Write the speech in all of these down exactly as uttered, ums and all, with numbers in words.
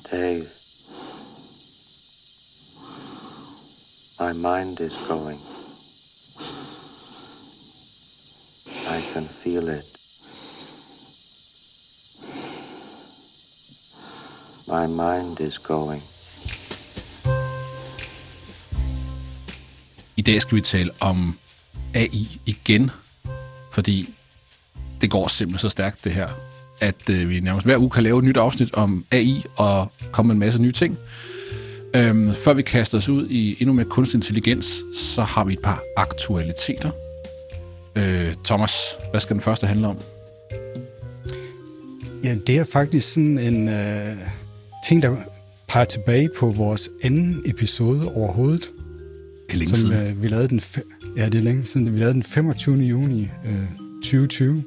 Dave, my mind is going. I can feel it. My mind is going. I dag skal vi tale om A I igen, fordi det går simpelthen så stærkt det her, at øh, vi nærmest hver uge kan lave et nyt afsnit om A I og komme med en masse nye ting. Øhm, før vi kaster os ud i endnu mere kunstig intelligens, så har vi et par aktualiteter. Øh, Thomas, hvad skal den første handle om? Ja, det er faktisk sådan en øh, ting, der peger tilbage på vores anden episode overhovedet. Det er længe som, siden. Øh, vi lavede den, ja, det er længe siden. Vi lavede den femogtyvende juni øh, tyve tyve.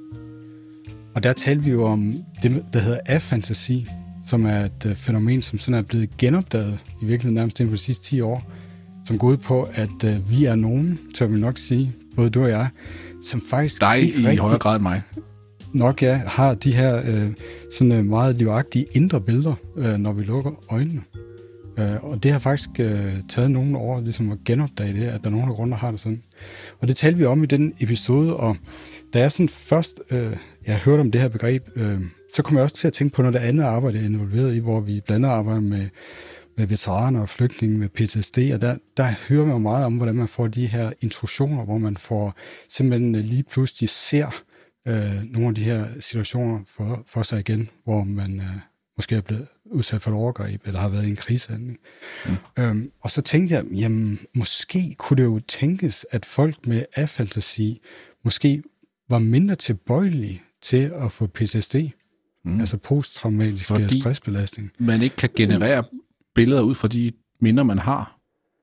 Og der talte vi jo om det, der hedder afantasi, som er et øh, fænomen, som sådan er blevet genopdaget i virkeligheden nærmest inden for de sidste ti år, som går ud på, at øh, vi er nogen, tør vi nok sige, både du og jeg, som faktisk dig ikke i rigtig, højere grad end mig. nok ja, har de her øh, sådan øh, meget livagtige indre billeder, øh, når vi lukker øjnene. Øh, og det har faktisk øh, taget nogle år ligesom at genopdage det, at der er nogen af grunde, der har det sådan. Og det talte vi om i den episode, og da jeg sådan først øh, jeg hørte om det her begreb, øh, så kom jeg også til at tænke på noget andet arbejde, jeg er involveret i, hvor vi blandt andet arbejder med, med veteraner og flygtninge med P T S D, og der, der hører man jo meget om, hvordan man får de her introduktioner, hvor man får simpelthen lige pludselig ser øh, nogle af de her situationer for, for sig igen, hvor man øh, måske er blevet udsat for et overgreb, eller har været i en krisehandling. Mm. Øhm, og så tænkte jeg, jamen, måske kunne det jo tænkes, at folk med afantasi måske var mindre tilbøjelige til at få P T S D, mm. altså posttraumatisk stressbelastning. Man ikke kan generere billeder ud fra de minder, man har.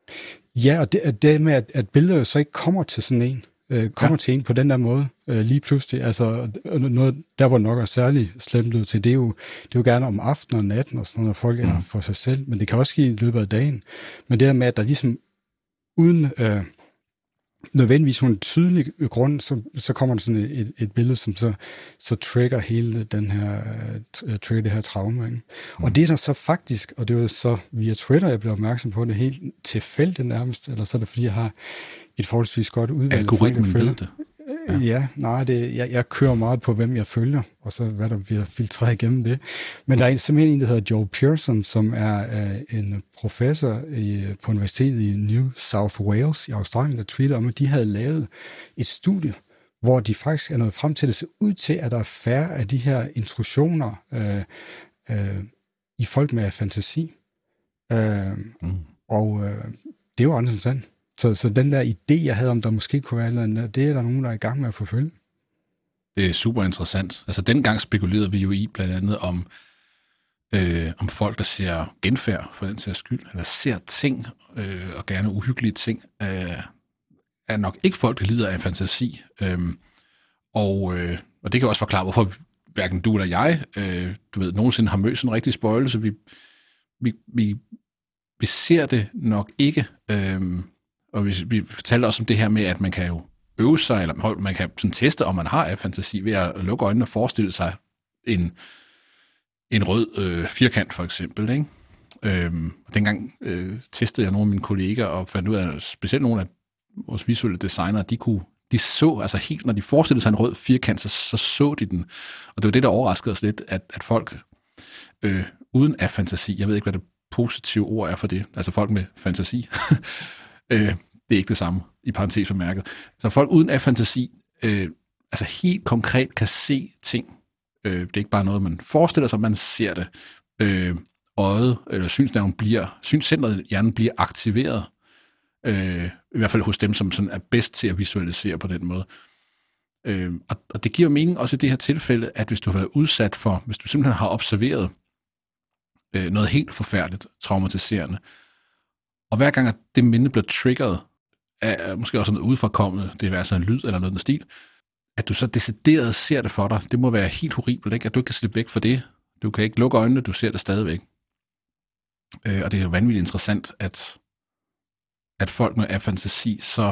Ja, og det, det med, at, at billeder så ikke kommer til sådan en, øh, kommer ja. til en på den der måde, øh, lige pludselig. Altså, noget, der hvor nok er særlig slemt ud til, det er, jo, det er jo gerne om aftenen og natten, og sådan noget, når folk er mm. for sig selv, men det kan også ske i løbet af dagen. Men det der med, at der ligesom uden øh, nødvendigvis en tydelig grund, så, så kommer der sådan et, et billede, som så, så trigger hele den her, uh, trigger det her traume. Ikke? Mm. Og det er der så faktisk, og det var så via Twitter, jeg blev opmærksom på det helt tilfældigt nærmest, eller så er det fordi, jeg har et forholdsvis godt udvalg. Algoritmen ved det. Ja, ja nej, det, jeg, jeg kører meget på, hvem jeg følger, og så hvad der bliver filtreret igennem det. Men der er simpelthen en, der hedder Joel Pearson, som er uh, en professor i, på universitetet i New South Wales i Australien, der tweeter om, at de havde lavet et studie, hvor de faktisk er nået frem til, at det ser ud til, at der er færre af de her intrusioner uh, uh, i folk med fantasi. Uh, mm. Og uh, det er jo andet sandt. Så, så den der idé, jeg havde om, der måske kunne være noget, det er der nogen, der er i gang med at forfølge. Det er super interessant. Altså dengang spekulerede vi jo i blandt andet om, øh, om folk, der ser genfærd for den sags skyld, eller ser ting, øh, og gerne uhyggelige ting, øh, er nok ikke folk, der lider af fantasi. Øh, og, øh, og det kan også forklare, hvorfor hverken du eller jeg, øh, du ved, nogensinde har mødt sådan en rigtig spøjelse. Vi, vi, vi, vi ser det nok ikke. Øh, Og vi, vi fortalte også om det her med, at man kan jo øve sig, eller man kan sådan teste, om man har afantasi, ved at lukke øjnene og forestille sig en, en rød øh, firkant, for eksempel. Ikke? Øhm, og dengang øh, testede jeg nogle af mine kolleger, og fandt ud af, specielt nogle af vores visuelle designere, de kunne, de så, altså helt, når de forestillede sig en rød firkant, så, så så de den. Og det var det, der overraskede os lidt, at, at folk øh, uden afantasi, jeg ved ikke, hvad det positive ord er for det, altså folk med fantasi, Øh, det er ikke det samme, i parentes bemærket. Så folk uden afantasi, øh, altså helt konkret kan se ting. Øh, det er ikke bare noget, man forestiller sig, man ser det. Øh, øjet, eller synsnerven bliver, synscentret i hjernen bliver aktiveret. Øh, I hvert fald hos dem, som sådan er bedst til at visualisere på den måde. Øh, og, og det giver mening også i det her tilfælde, at hvis du har været udsat for, hvis du simpelthen har observeret øh, noget helt forfærdeligt, traumatiserende, og hver gang, at det minde bliver triggeret af måske også noget udefrakommende, det vil være sådan en lyd eller noget den stil, at du så decideret ser det for dig, det må være helt horribelt, ikke? At du ikke kan slippe væk fra det. Du kan ikke lukke øjnene, du ser det stadigvæk. Øh, og det er jo vanvittigt interessant, at, at folk med afantasi så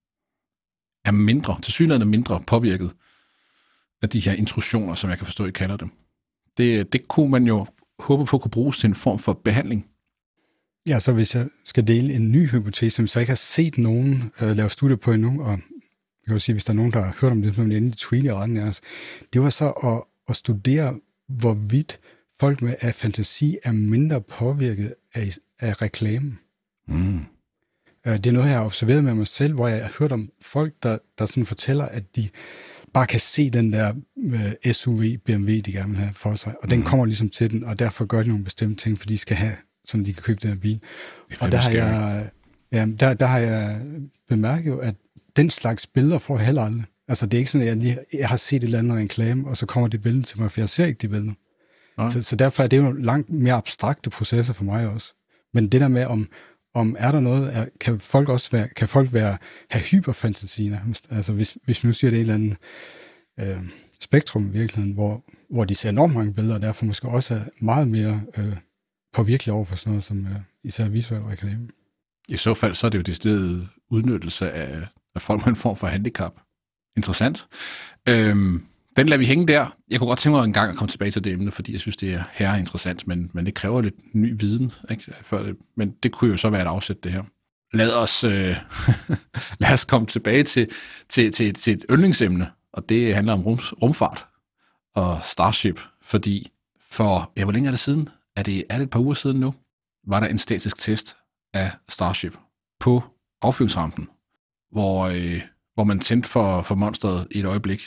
er mindre, tilsyneladende mindre påvirket af de her intrusioner, som jeg kan forstå, I kalder dem. Det, det kunne man jo håber på at kunne bruges til en form for behandling. Ja, så hvis jeg skal dele en ny hypotese, som så ikke har set nogen øh, lave studier på endnu, og jeg kan jo sige, hvis der er nogen, der har hørt om det, så vil jeg endelig tweete i retten af os, det var så at, at studere, hvorvidt folk med afantasi er mindre påvirket af, af reklamen. Mm. Det er noget, jeg har observeret med mig selv, hvor jeg har hørt om folk, der, der sådan fortæller, at de bare kan se den der uh, S U V, B M W, de gerne vil have for sig, og den mm. kommer ligesom til den, og derfor gør de nogle bestemte ting, for de skal have, så de kan købe den her bil. Og der har, jeg, ja, der, der har jeg bemærket jo, at den slags billeder får jeg heller aldrig. Altså, det er ikke sådan, at jeg, lige, jeg har set et eller andet reklame, og så kommer det billede til mig, for jeg ser ikke de billeder. Ja. Så, så derfor er det jo langt mere abstrakte processer for mig også. Men det der med, om, om er der noget, er, kan folk også være, kan folk være, have hyperfantasi nærmest? Altså, hvis, hvis vi nu siger, det er et eller andet øh, spektrum i virkeligheden, hvor, hvor de ser enormt mange billeder, og derfor måske også er meget mere øh, påvirkelige over for sådan noget, som øh, især visuel reklame. I så fald, så er det jo det stedet udnyttelse af, af folk med en form for handicap. Interessant. Øhm, den lader vi hænge der. Jeg kunne godt tænke mig en gang at komme tilbage til det emne, fordi jeg synes, det er herre interessant, men, men det kræver lidt ny viden. Ikke? Før det, men det kunne jo så være et afsæt, det her. Lad os, øh, lad os komme tilbage til, til, til, til et yndlingsemne, og det handler om rum, rumfart og Starship, fordi for, ja, hvor længe er det siden? Er det, er det et par uger siden nu? Var der en statisk test af Starship på affyringsrampen, hvor, øh, hvor man tændte for, for monsteret i et øjeblik,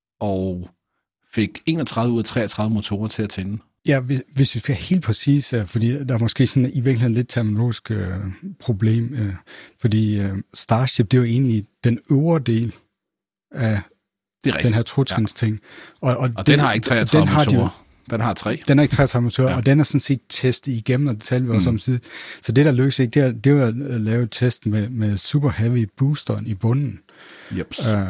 og fik enogtredive ud af treogtredive motorer til at tænde. Ja, hvis, hvis vi skal helt præcis, fordi der er måske sådan i virkeligheden lidt terminologisk øh, problem, øh, fordi øh, Starship, det er jo egentlig den øvre del af den her totrins ting. Ja. Og, og, og den, den har ikke treogtredive den motorer. Har de, den har tre. Den har ikke treogtredive motorer, ja. Og den er sådan set testet igennem, og det talte vi også mm. om side. Så det, der lykkes ikke, det er, det er at lave testen med, med super heavy boosteren i bunden. Yep. Øh,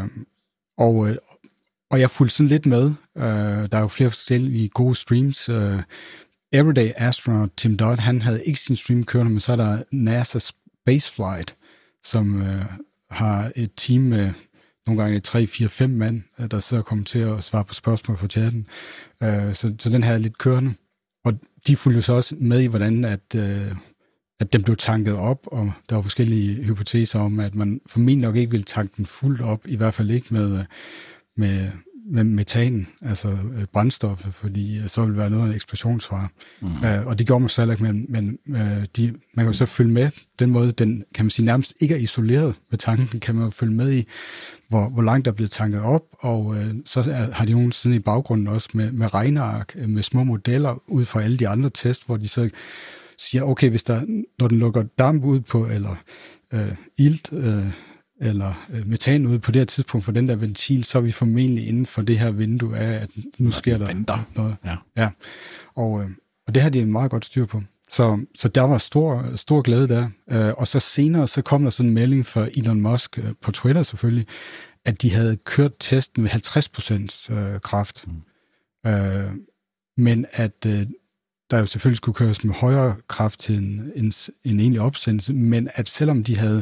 og, og jeg fulgte sådan lidt med. Øh, der er jo flere forskellige gode streams. Øh, Everyday Astronaut Tim Dodd, han havde ikke sin stream kørende, men så er der NASA Spaceflight, som øh, har et team med nogle gange tre, fire, fem mand, der sidder og kommer til at svare på spørgsmål fra chatten. Uh, så, så den her er lidt kørende. Og de fulgte så også med i, hvordan at, uh, at den blev tanket op, og der var forskellige hypoteser om, at man formentlig nok ikke ville tanke den fuldt op, i hvert fald ikke med, med, med metanen, altså uh, brændstoffet, fordi uh, så ville være noget af en eksplosionsfare. Mm. Uh, og det gjorde man så heller ikke, men, men uh, de, man kan jo så følge med. Den måde, den kan man sige nærmest ikke er isoleret med tanken, kan man jo følge med i, hvor, hvor langt der er blevet tanket op, og øh, så er, har de nogen siden i baggrunden også med, med regneark, med små modeller ud fra alle de andre test, hvor de så siger, okay, hvis der, når den lukker damp ud på, eller øh, ilt, øh, eller øh, metan ud på det her tidspunkt for den der ventil, så er vi formentlig inden for det her vindue af, at nu sker der venter. noget. Ja. Ja. Og, øh, og det har de meget godt styr på. Så, så der var stor, stor glæde der. Øh, og så senere, så kom der sådan en melding fra Elon Musk øh, på Twitter selvfølgelig, at de havde kørt testen med halvtreds procent øh, kraft. Mm. Øh, men at øh, der jo selvfølgelig skulle køres med højere kraft til en, en, en egentlig opsendelse, men at selvom de havde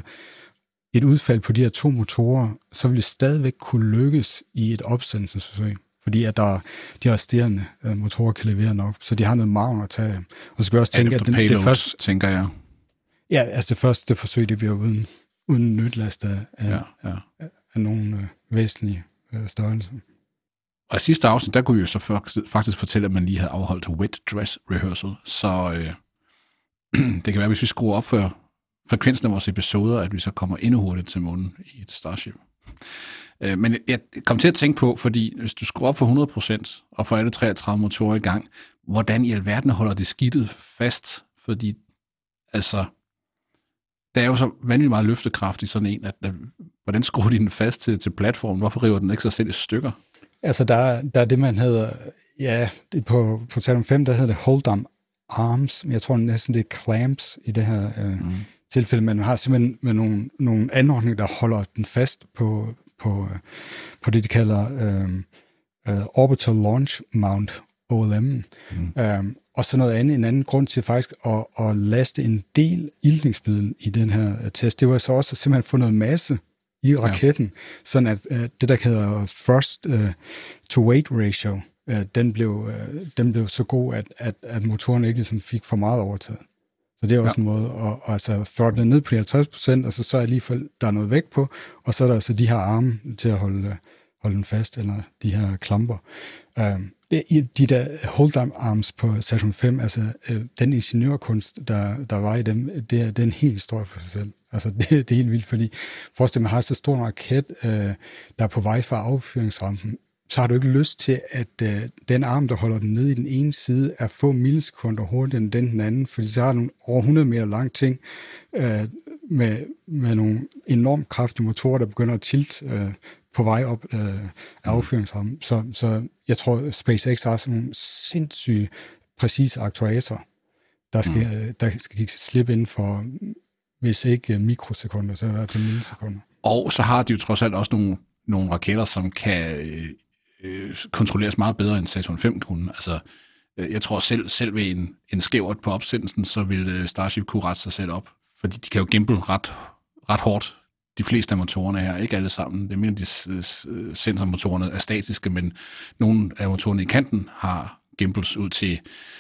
et udfald på de her to motorer, så ville det stadigvæk kunne lykkes i et opsendelsesforsøg. Fordi at der, de resterende uh, motorer kan levere nok, så de har noget margen at tage. Og så skal jeg også tænke, at den, payloads, det første, tænker jeg. Ja, altså det første forsøg, det bliver uden, uden nytlast af, ja, ja. af, af nogen uh, væsentlige uh, størrelser. Og i sidste afsnit, der kunne vi jo så faktisk fortælle, at man lige havde afholdt wet dress rehearsal. Så øh, det kan være, hvis vi skruer op for frekvensen af vores episoder, at vi så kommer endnu hurtigt til månen i et Starship. Men jeg kom til at tænke på, fordi hvis du skruer op for hundrede procent og får alle treogtredive motorer i gang, hvordan i alverden holder det skidtet fast? Fordi, altså, der er jo så vanvittigt meget løftekraft i sådan en, at, at hvordan skruer de den fast til, til platformen? Hvorfor river den ikke sig selv i stykker? Altså, der, der er det, man hedder, ja, på, på Saturn fem, der hedder det hold-down arms. Jeg tror næsten, det er clamps i det her øh, mm. tilfælde. Man har simpelthen med nogle, nogle anordninger, der holder den fast på På, på det, de kalder øh, øh, Orbital Launch Mount, O L M. Mm. Um, og så noget andet, en anden grund til faktisk at, at laste en del iltningsmiddel i den her test, det var så også at simpelthen få noget masse i raketten, ja. Sådan at uh, det, der hedder thrust uh, to weight ratio, øh, den, blev, øh, den blev så god, at, at, at motoren ikke ligesom fik for meget overtaget. Så det er også ja. en måde at, at altså, throttle ned på de halvtreds procent, og så, så er lige for, der er noget vægt på, og så er der altså de her arme til at holde, holde den fast, eller de her klamper. Øh, de der hold arms på Saturn fem, altså øh, den ingeniørkunst, der, der var i dem, det er, det er en helt historie for sig selv. Altså det, det er helt vildt, fordi forestil dig, man har så stor en raket, øh, der er på vej fra affyringsrampen, så har du ikke lyst til, at øh, den arm, der holder den nede i den ene side, er få millisekunder hurtigere end den, den anden, fordi så har du over hundrede meter lang ting øh, med, med nogle enormt kraftige motorer, der begynder at tilte øh, på vej op øh, af affyringsrampen. Så, så jeg tror, SpaceX har sådan nogle sindssyge, præcise aktuatorer, der skal, mm. der skal slippe inden for, hvis ikke mikrosekunder, så i hvert fald millisekunder. Og så har de jo trods alt også nogle, nogle raketter, som kan øh, kontrolleres meget bedre end Saturn fem kunne. Altså, øh, jeg tror selv, selv ved en, en skævert på opsendelsen, så vil Starship kunne rette sig selv op. Fordi de kan jo gimbal ret, ret hårdt. De fleste af motorerne her, ikke alle sammen. Det mener, de sensormotorerne er statiske, men nogle af motorerne i kanten har gimbals ud til...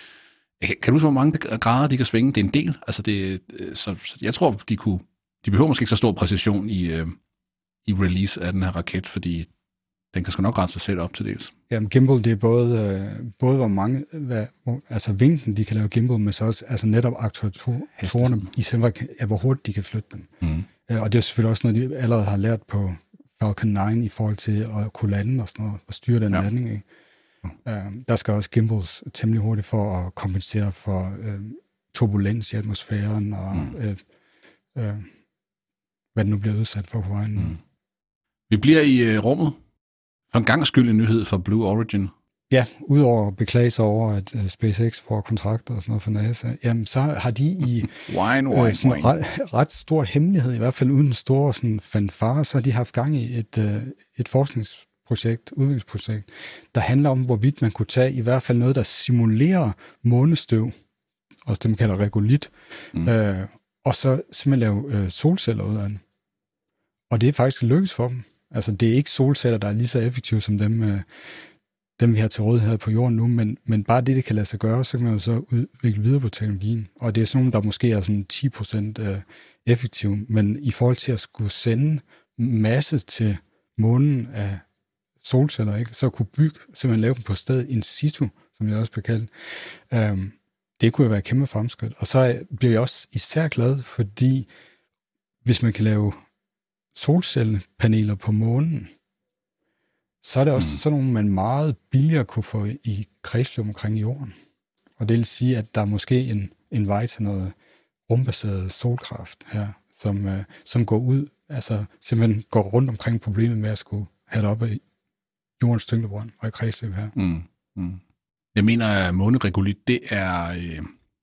Kan du huske, hvor mange grader de kan svinge? Det er en del. Altså det, så, så jeg tror, de kunne... De behøver måske ikke så stor præcision i, øh, i release af den her raket, fordi den kan sgu nok rette sig selv op til dels. Jamen, gimbal, det er både, øh, både hvor mange... Hvad, hvor, altså vinklen, de kan lave gimbal, men så også altså netop aktuatorerne i selve, ja, hvor hurtigt de kan flytte dem. Mm. Og det er selvfølgelig også noget, de allerede har lært på Falcon nine i forhold til at kunne lande og sådan noget, og styre den ja. landing. Ikke? Mm. Der skal også gimbals temmelig hurtigt for at kompensere for øh, turbulens i atmosfæren, og mm. øh, øh, hvad den nu bliver udsat for på vejen. Mm. Vi bliver i øh, rummet. For en gang skyld en nyhed fra Blue Origin. Ja, udover at beklage sig over, at uh, SpaceX får kontrakter og sådan noget for NASA, jamen så har de i wine, wine, øh, sådan wine. Ret, ret stor hemmelighed, i hvert fald uden store sådan, fanfare, så har de haft gang i et, uh, et forskningsprojekt, udviklingsprojekt, der handler om, hvorvidt man kunne tage i hvert fald noget, der simulerer månestøv, og det man kalder regolit, mm. øh, og så simpelthen lave øh, solceller ud af den. Og det er faktisk lykkes for dem. Altså det er ikke solceller, der er lige så effektive som dem, øh, dem vi har til rådighed på jorden nu, men, men bare det, det kan lade sig gøre, så kan man jo så udvikle videre på teknologien. Og det er sådan nogle, der måske er sådan ti procent øh, effektive, men i forhold til at skulle sende masse til månen af solceller, ikke, så kunne bygge, simpelthen lave dem på stedet in situ, som jeg også bliver kaldt, øhm, det kunne jo være et kæmpe fremskridt. Og så bliver jeg også især glad, fordi hvis man kan lave solcellepaneler på månen, så er det også mm. sådan nogle, man meget billigere kunne få i kredsløb omkring jorden. Og det vil sige, at der er måske en, en vej til noget rumbaseret solkraft her, som, øh, som går ud, altså simpelthen går rundt omkring problemet med at skulle have det op af jordens tyngdebrønd og i kredsløb her. Mm. Mm. Jeg mener, at måneregolit, det er øh,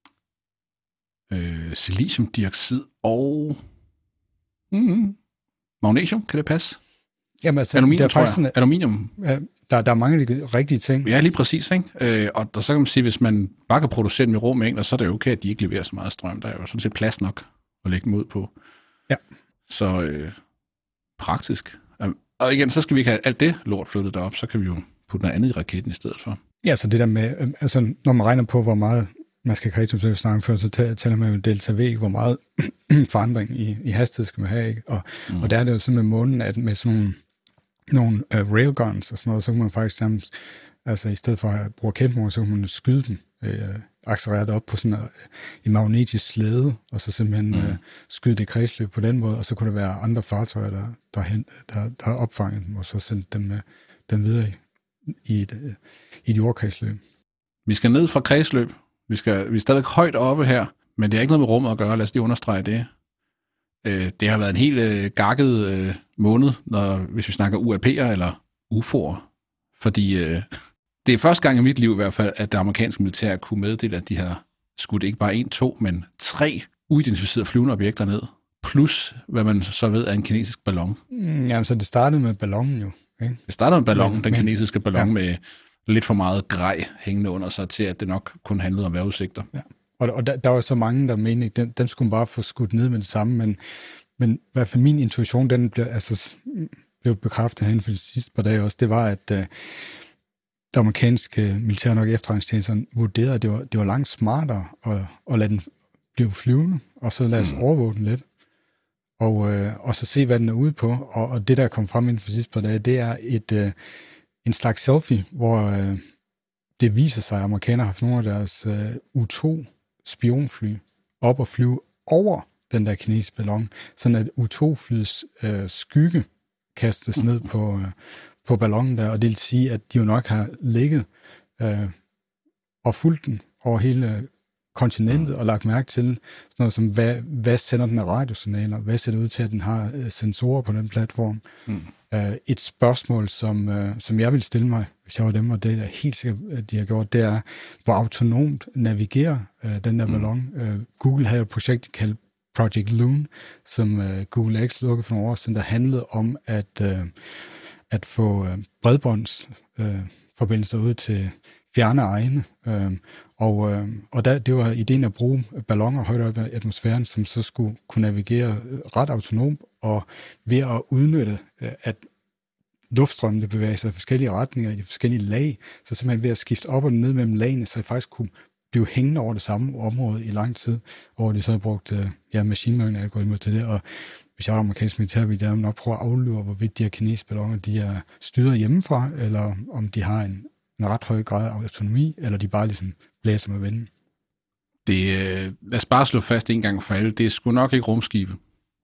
øh, siliciumdioxid og mm, magnesium, kan det passe? Jamen, altså, aluminium, der er tror jeg. Sådan, aluminium. Ja, der, der er mange af de rigtige ting. Ja, lige præcis. Ikke? Øh, og der, så kan man sige, hvis man bare kan producere dem i rå mængder, så er det jo okay, at de ikke leverer så meget strøm. Der er jo sådan set plads nok at lægge dem ud på. Ja. Så øh, praktisk. Og igen, så skal vi ikke have alt det lort flyttet derop, så kan vi jo putte noget andet i raketten i stedet for. Ja, så det der med, altså når man regner på, hvor meget man skal kredse, som vi snakker før, så tæller man jo delta V, hvor meget forandring i, i hastighed skal man have, ikke? Og, mm. og der er det jo sådan med månen, at med sådan nogle, nogle uh, railguns og sådan noget, så kan man faktisk sammen, altså i stedet for at bruge raketmotor, så kan man skyde dem, øh, accelerere det op på sådan en, en magnetisk slæde, og så simpelthen mm. øh, skyde det kredsløb på den måde, og så kunne der være andre fartøjer, der, der, hen, der, der har opfanget dem, og så sendt dem, øh, dem videre i, i et, i et jordkredsløb. Vi skal ned fra kredsløb. Vi, skal, vi er stadig højt oppe her, men det har ikke noget med rummet at gøre. Lad os lige understrege det. Øh, det har været en helt øh, gakket øh, måned, når, hvis vi snakker U A P'er eller U F O'er. Fordi øh, det er første gang i mit liv i hvert fald, at det amerikanske militær kunne meddele, at de har skudt ikke bare en, to, men tre uidentificerede flyvende objekter ned. Plus, hvad man så ved, er en kinesisk ballon. Mm, jamen, så det startede med ballonen jo. Ikke? Det startede med ballonen, men, den kinesiske ballon ja. med lidt for meget grej hængende under sig til, at det nok kun handlede om vejrudsigter. Ja. Og, og der, der var så mange, der mente, at den, den skulle bare få skudt ned med det samme, men, men i hvert fald min intuition, den blev, altså, blev bekræftet herinde for de sidste par dage også, det var, at, det amerikanske militær nok efterretningstjenesterne vurderede, at det var, det var langt smartere at, at lade den blive flyvende, og så lade os mm. overvåge den lidt, og, øh, og så se, hvad den er ude på. Og, og det, der kom frem inden for sidste par dage, det er et, øh, en slags selfie, hvor øh, det viser sig, at amerikanere har haft nogle af deres øh, U to spionfly op og flyve over den der kinesiske ballon, sådan at U to flyets øh, skygge kastes ned på, øh, på ballonen der, og det vil sige, at de jo nok har ligget øh, og fulgt den over hele kontinentet og lagt mærke til sådan noget som, hvad, hvad sender den af radiosignaler, hvad ser det ud til, at den har øh, sensorer på den platform. Mm. Uh, et spørgsmål, som, uh, som jeg vil stille mig, hvis jeg var dem, og det er helt sikkert, at de har gjort, det er, hvor autonomt navigerer uh, den der ballon. Mm. Uh, Google havde et projekt kaldt Project Loon, som uh, Google X lukkede for nogle år siden, der handlede om at, uh, at få uh, bredbåndsforbindelser uh, ud til fjerne egne. Uh, og uh, og der, det var ideen at bruge balloner højt op i atmosfæren, som så skulle kunne navigere ret autonomt, og ved at udnytte, at luftstrømmene bevæger sig i forskellige retninger i de forskellige lag, så simpelthen ved at skifte op og ned mellem lagene, så I faktisk kunne blive hængende over det samme område i lang tid, hvor de så har brugt ja, machine learning algoritmer til det, og hvis jeg var amerikansk militær, ville jeg nok prøve at aflure, hvorvidt de her kinesiske balloner, de er styret hjemmefra, eller om de har en, en ret høj grad af autonomi, eller de bare ligesom blæser med vinden. Det, øh, lad os bare slå fast en gang for alle, det er sgu nok ikke rumskibe.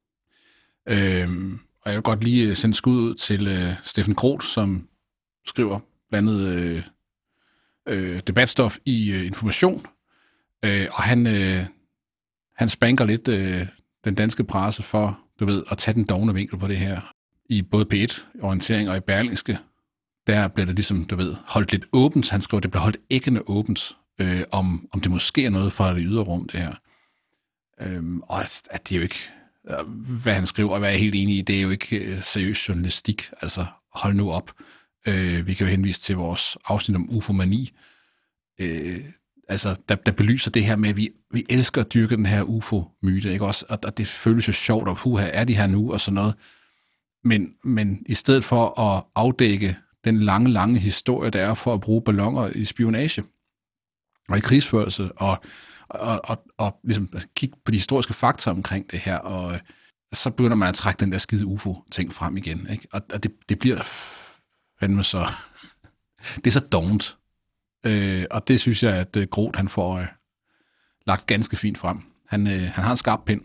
Øhm, og jeg vil godt lige sende skud ud til øh, Steffen Groth, som skriver blandt andet øh, øh, debatstof i øh, Information, øh, og han, øh, han spanker lidt øh, den danske presse for, du ved, at tage den dovne vinkel på det her. I både P et, Orientering og i Berlingske, der bliver det ligesom, du ved, holdt lidt åbent. Han skriver, at det bliver holdt æggende åbent, øh, om, om det måske er noget fra det ydre rum, det her. Øhm, og at det er jo ikke, hvad han skriver, og hvad jeg er helt enig i, det er jo ikke seriøs journalistik. Altså, hold nu op. Øh, vi kan jo henvise til vores afsnit om ufomani. Øh, altså, der, der belyser det her med, at vi, vi elsker at dyrke den her ufo-myte, ikke også? Og, og det føles jo sjovt, og puha, er de her nu, og sådan noget. Men, men i stedet for at afdække den lange, lange historie, der er for at bruge balloner i spionage og i krigsførelse, og, og, og, og ligesom altså, kigge på de historiske fakta omkring det her, og så begynder man at trække den der skide U F O-ting frem igen. Ikke? Og, og det, det bliver fandme så... det er så dovent. Øh, og det synes jeg, at uh, Groth, han får øh, lagt ganske fint frem. Han, øh, han har en skarp pind.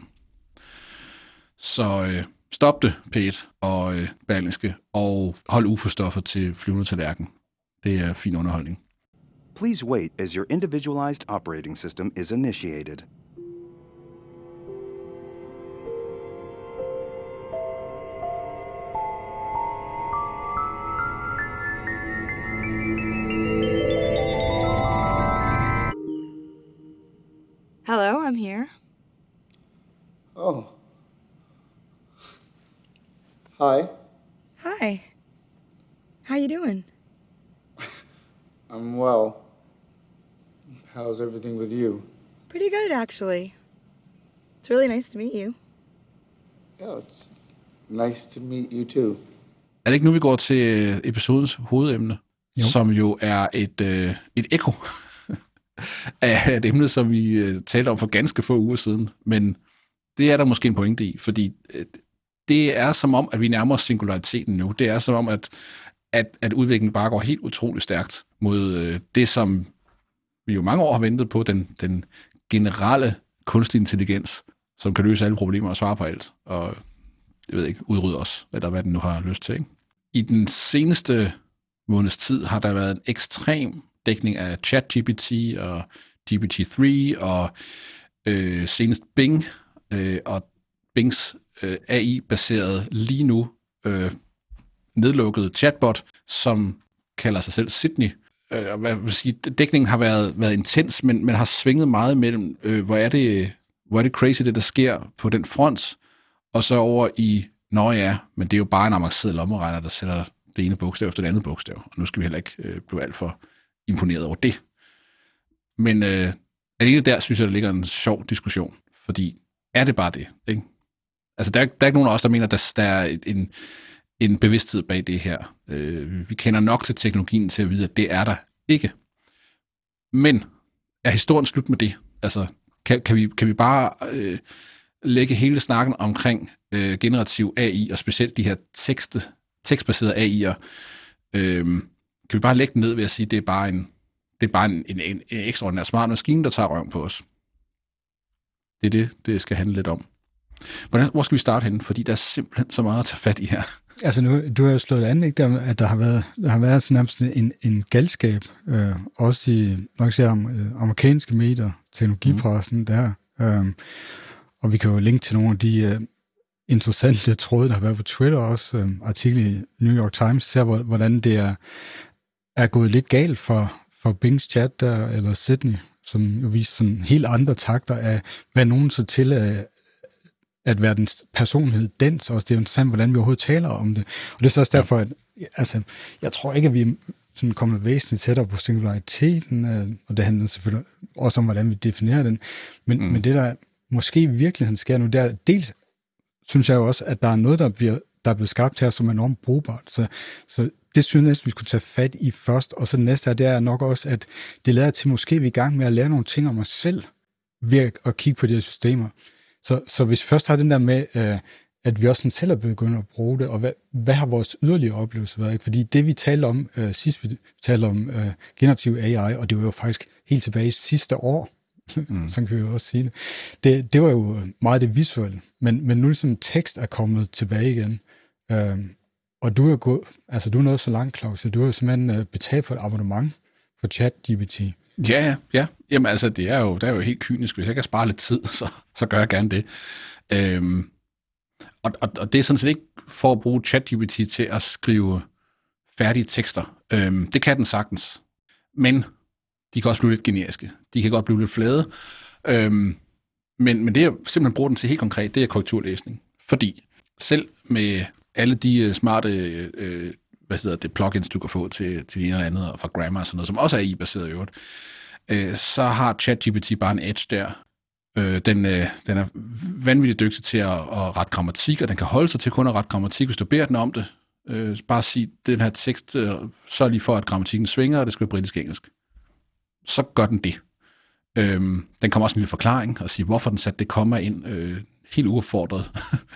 Så øh, stop det, P et og øh, Berlingske, og hold U F O-stoffet til flyvende tallerken. Det er fin underholdning. Please wait as your individualized operating system is initiated. Hello, I'm here. Oh. Hi. Hi. How you doing? I'm well. How's everything with you? Pretty good, actually. It's really nice to meet you. Yeah, it's nice to meet you too. Er det ikke nu, vi går til episodens hovedemne, jo. Som jo er et, øh, et ekko af et emne, som vi øh, talte om for ganske få uger siden. Men det er der måske en pointe i, fordi øh, det er som om, at vi nærmer os singulariteten nu. Det er som om, at, at, at udviklingen bare går helt utroligt stærkt mod øh, det, som vi jo mange år har ventet på, den, den generelle kunstig intelligens, som kan løse alle problemer og svare på alt. Og jeg ved ikke, udrydde os, eller hvad den nu har lyst til. Ikke? I den seneste måneds tid har der været en ekstrem dækning af ChatGPT og G P T tre og øh, senest Bing øh, og Bings øh, A I-baserede lige nu øh, nedlukkede chatbot, som kalder sig selv Sydney. Øh, hvad vil sige, dækningen har været, været intens, men man har svinget meget mellem, øh, hvor, er det, hvor er det crazy, det der sker på den front, og så over i, nå ja, men det er jo bare en avanceret lommeregner, der sætter det ene bogstav efter det andet bogstav, og nu skal vi heller ikke øh, blive alt for imponeret over det. Men øh, alene der synes jeg, der ligger en sjov diskussion, fordi er det bare det, ikke? Altså, der er, der er ikke nogen af os, der mener, at der, der er en, en bevidsthed bag det her. Øh, vi kender nok til teknologien til at vide, at det er der ikke. Men er historien slut med det? Altså, kan, kan, vi, kan vi bare øh, lægge hele snakken omkring øh, generativ A I, og specielt de her tekste, tekstbaserede A I'er, øh, kan vi bare lægge den ned ved at sige, at det er bare en, det er bare en, en, en, en ekstraordinær smart maskine, der tager røven på os? Det er det, det skal handle lidt om. Hvordan, hvor skal vi starte henne? Fordi der er simpelthen så meget at tage fat i her. Altså nu, du har jo slået an, ikke, der, at der har været, der har været sådan nærmest en, en galskab, øh, også i nok sige, om, øh, amerikanske medier, teknologipressen mm. der. Øh, og vi kan jo linke til nogle af de øh, interessante tråde, der har været på Twitter også. Øh, artikel i New York Times ser, hvordan det er, er gået lidt galt for, for Bings chat der, eller Sydney, som jo viser sådan helt andre takter af, hvad nogen så til af at være den personlighed dens også. Det er jo interessant, hvordan vi overhovedet taler om det. Og det er så også derfor, at altså, jeg tror ikke, at vi er sådan kommet væsentligt tættere på singulariteten, og det handler selvfølgelig også om, hvordan vi definerer den. Men, mm. men det, der måske i virkeligheden sker nu, det er dels, synes jeg jo også, at der er noget, der bliver, der er blevet skabt her, som er enormt brugbart. Så, så det synes jeg næsten, vi skulle tage fat i først. Og så det næste her, det er nok også, at det lader til, måske vi er i gang med at lære nogle ting om os selv, ved at kigge på de her systemer. Så, så hvis vi først har den der med, øh, at vi også sådan selv er begyndt at bruge det, og hvad, hvad har vores yderligere oplevelser været? Ikke? Fordi det, vi talte om øh, sidst, vi talte om øh, generativ A I, og det var jo faktisk helt tilbage i sidste år, mm. så kan vi jo også sige det, det, det var jo meget det visuelle, men, men nu ligesom tekst er kommet tilbage igen, øh, og du er, gået, altså, du er nået så langt, Claus, at du har jo simpelthen øh, betalt for et abonnement for ChatGPT. Ja, ja. Jamen altså, det er jo, det er jo helt kynisk. Hvis jeg kan spare lidt tid, så, så gør jeg gerne det. Øhm, og, og, og det er sådan set ikke for at bruge ChatGPT til at skrive færdige tekster. Øhm, det kan den sagtens. Men de kan også blive lidt generiske. De kan godt blive lidt flade. Øhm, men, men det, jeg simpelthen bruger den til helt konkret, det er korrekturlæsning. Fordi selv med alle de smarte øh, hvad hedder det, plugins, du kan få til, til det ene eller andet, og fra Grammar og sådan noget, som også er A I-baseret i øvrigt, øh, så har ChatGPT bare en edge der. Øh, den, øh, den er vanvittigt dygtig til at, at rette grammatik, og den kan holde sig til kun at rette grammatik, hvis du beder den om det. Øh, bare sig, den her tekst, øh, så lige for, at grammatikken svinger, og det skal være britisk-engelsk. Så gør den det. Øh, den kommer også med en forklaring, og siger, hvorfor den satte det komma ind, øh, helt uaffordret.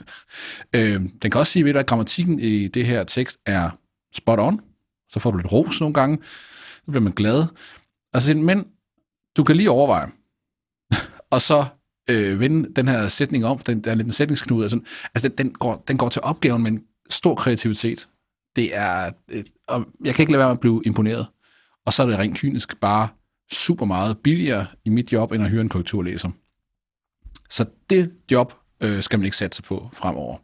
øh, den kan også sige, at grammatikken i det her tekst er spot on, så får du lidt ros nogle gange, så bliver man glad. Altså, men du kan lige overveje, og så øh, vende den her sætning om, den, der er lidt en sætningsknude, altså, altså den, den, går, den går til opgaven med en stor kreativitet. Det er, øh, og jeg kan ikke lade være med at blive imponeret. Og så er det rent kynisk bare super meget billigere i mit job, end at hyre en korrekturlæser. Så det job øh, skal man ikke satse på fremover.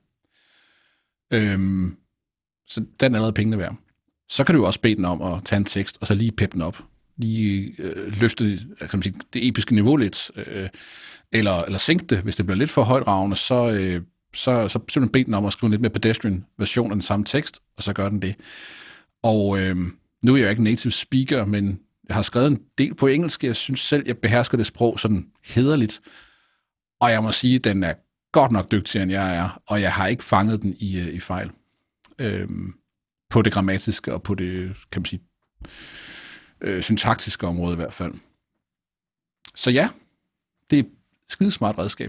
Øhm, så den er allerede pengene værd. Så kan du jo også bede den om at tage en tekst, og så lige peppe den op. Lige øh, løfte altså, sige, det episke niveau lidt, øh, eller, eller sænke det. Hvis det bliver lidt for højtragende, så, øh, så, så simpelthen bede den om at skrive en lidt mere pedestrian version af den samme tekst, og så gør den det. Og øh, nu er jeg jo ikke native speaker, men jeg har skrevet en del på engelsk. Jeg synes selv, jeg behersker det sprog sådan hæderligt. Og jeg må sige, at den er godt nok dygtigere, end jeg er, og jeg har ikke fanget den i, i fejl. Øhm, på det grammatiske og på det, kan man sige, øh, syntaktiske område i hvert fald. Så ja, det er et skidesmart redskab.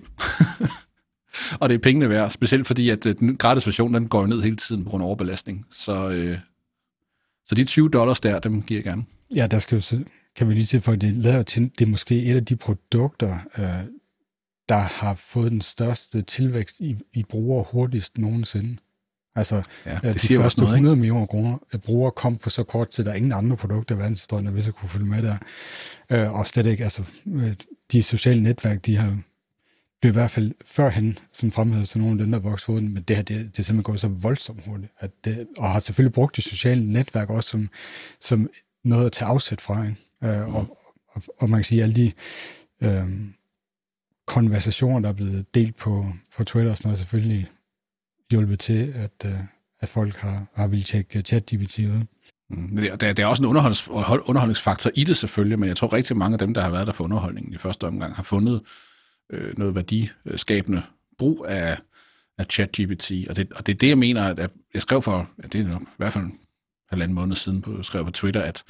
Og det er pengene værd, specielt fordi, at den gratis version, den går ned hele tiden på grund af overbelastning. Så, øh, så de tyve dollars der, dem giver jeg gerne. Ja, der skal jo, kan vi lige se, for det lader til, det er måske et af de produkter, øh, der har fået den største tilvækst i, i brugere hurtigst nogensinde. Altså, ja, de første noget, hundrede millioner kroner brugere kom på så kort tid, der er ingen andre produkter i verdenshistorien, der hvis jeg kunne følge med der. Øh, og slet ikke, altså, de sociale netværk, de har det er i hvert fald førhen sådan fremhævet til nogle af dem, der voksede hurtigt, men det her, det, det er simpelthen gået så voldsomt hurtigt, at det, og har selvfølgelig brugt de sociale netværk også som, som noget at tage afsæt fra, ikke? Øh, og, og, og man kan sige, alle de øh, konversationer, der er blevet delt på, på Twitter og sådan noget, selvfølgelig hjulpet til, at, øh, at folk har, har ville tjekke ChatGPT ud. Mm. Der, der er også en underholdnings, underholdningsfaktor i det selvfølgelig, men jeg tror rigtig mange af dem, der har været der for underholdningen i første omgang, har fundet øh, noget værdiskabende brug af, af ChatGPT. Og det, og det er det, jeg mener, at jeg skrev for, ja, det er nok, i hvert fald en halvanden måned siden, på, skrev på Twitter, at,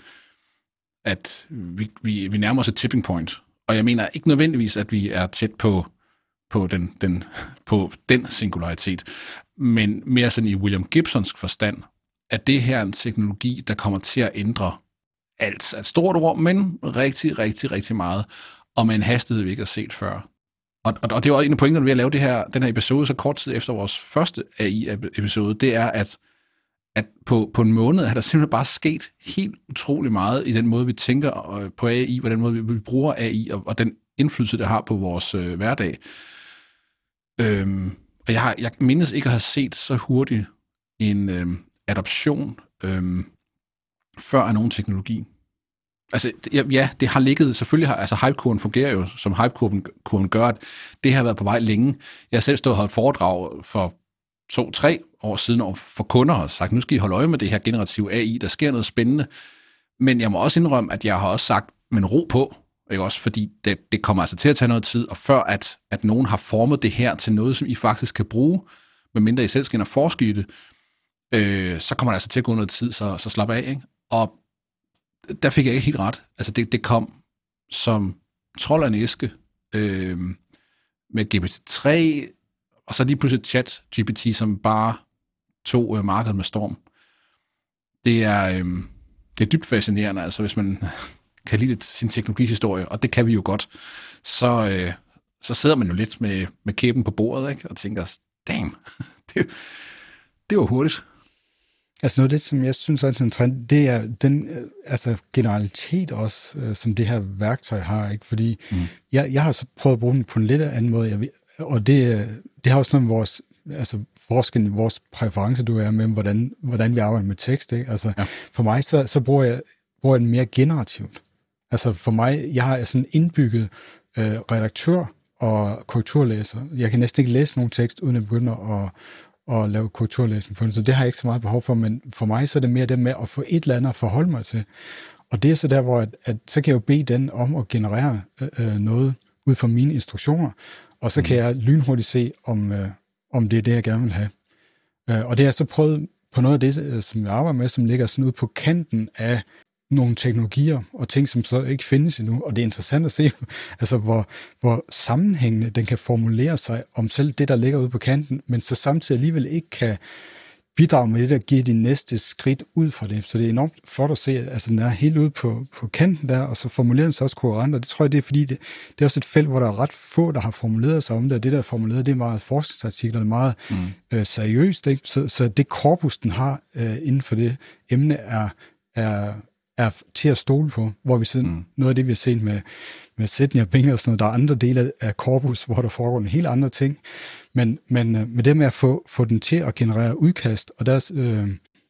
at vi, vi, vi nærmer os et tipping point. Og jeg mener ikke nødvendigvis, at vi er tæt på, på, den, den, på den singularitet, men mere sådan i William Gibsons forstand, at det her er en teknologi, der kommer til at ændre alt. Et stort ord, men rigtig, rigtig, rigtig meget, og med en hastighed, vi ikke har set før. Og, og, og det var en af pointerne ved at lave det her, den her episode så kort tid efter vores første A I-episode, det er, at, at på, på en måned har der simpelthen bare sket helt utrolig meget i den måde, vi tænker på A I, og den måde, vi, vi bruger A I, og, og den indflydelse, det har på vores øh, hverdag. Øhm, og jeg, har, jeg mindes ikke at have set så hurtigt en øh, adoption øh, før af nogen teknologi. Altså, ja, det har ligget, selvfølgelig har, altså hypekurven fungerer jo, som hypekurven gør, at det har været på vej længe. Jeg har selv stået og holdt foredrag for to-tre år siden over for kunder og sagt, nu skal I holde øje med det her generative A I, der sker noget spændende. Men jeg må også indrømme, at jeg har også sagt, men ro på, ikke også, fordi det, det kommer altså til at tage noget tid, og før at, at nogen har formet det her til noget, som I faktisk kan bruge, medmindre I selv skal ind og forske i det, øh, så kommer der altså til at gå noget tid, så, så slap af, ikke? Og der fik jeg ikke helt ret. Altså det, det kom som trold af en æske øh, med G P T tre, og så lige pludselig ChatGPT, som bare tog øh, markedet med storm. Det er, øh, det er dybt fascinerende, altså hvis man kan lide lidt sin teknologihistorie, og det kan vi jo godt, så, øh, så sidder man jo lidt med, med kæben på bordet, ikke? Og tænker, damn, det, det var hurtigt. Altså noget af det, som jeg synes er en trend, det er den altså generalitet også, øh, som det her værktøj har, ikke? Fordi mm. jeg, jeg har så prøvet at bruge den på en lidt anden måde, jeg, og det, det har også noget med vores, altså forskellen i vores præference, du er med, hvordan, hvordan vi arbejder med tekst, ikke? Altså ja. For mig, så, så bruger, jeg, bruger jeg den mere generativt. Altså for mig, jeg har sådan indbygget øh, redaktør og korrekturlæser. Jeg kan næsten ikke læse nogen tekst, uden at begynde at og lave korrekturlæsning på den, så det har jeg ikke så meget behov for, men for mig så er det mere det med at få et eller andet at forholde mig til. Og det er så der, hvor at, at, så kan jeg jo bede den om at generere øh, noget ud fra mine instruktioner, og så kan jeg lynhurtigt se, om, øh, om det er det, jeg gerne vil have. Øh, og det har jeg så prøvet på noget af det, som jeg arbejder med, som ligger sådan ude på kanten af nogle teknologier og ting, som så ikke findes endnu. Og det er interessant at se, altså hvor, hvor sammenhængende den kan formulere sig om selv det, der ligger ude på kanten, men så samtidig alligevel ikke kan bidrage med det, der giver de næste skridt ud fra det. Så det er enormt flot at se, altså den er helt ude på, på kanten der, og så formulerer den sig også koherent, og det tror jeg, det er fordi, det, det er også et felt, hvor der er ret få, der har formuleret sig om det, og det, der er formuleret, det er meget forskningsartikler, det er meget mm. øh, seriøst, ikke? Så, så det korpus, den har øh, inden for det emne, er, er er til at stole på, hvor vi sidder, mm. noget af det, vi har set med, med Sydney og Bing og sådan noget, der er andre dele af korpus, hvor der foregår en helt andre ting, men, men med det med at få, få den til at generere udkast, og deres øh,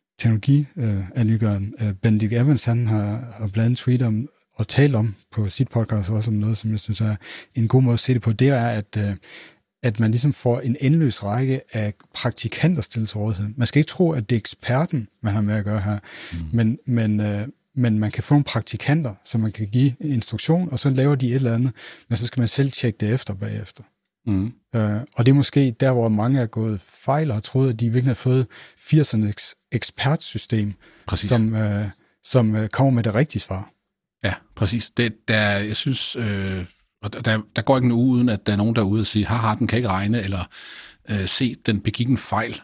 teknologianalykeren øh, Benedict Evans, han har, har blandt andet tweet om, og talt om på sit podcast også om noget, som jeg synes er en god måde at se det på, det er, at, øh, at man ligesom får en endeløs række af praktikanter stillet til rådighed. Man skal ikke tro, at det er eksperten, man har med at gøre her, mm. men, men øh, men man kan få nogle praktikanter, som man kan give instruktion, og så laver de et eller andet, men så skal man selv tjekke det efter bagefter. Mm. Øh, og det er måske der, hvor mange er gået fejl og har troet, at de virkelig har fået firsernes ekspertsystem, præcis. som, øh, som øh, kommer med det rigtige svar. Ja, præcis. Det, der, jeg synes, øh, og der, der går ikke en uge, uden at der er nogen derude og siger, haha, den kan ikke regne, eller øh, se, den begik en fejl.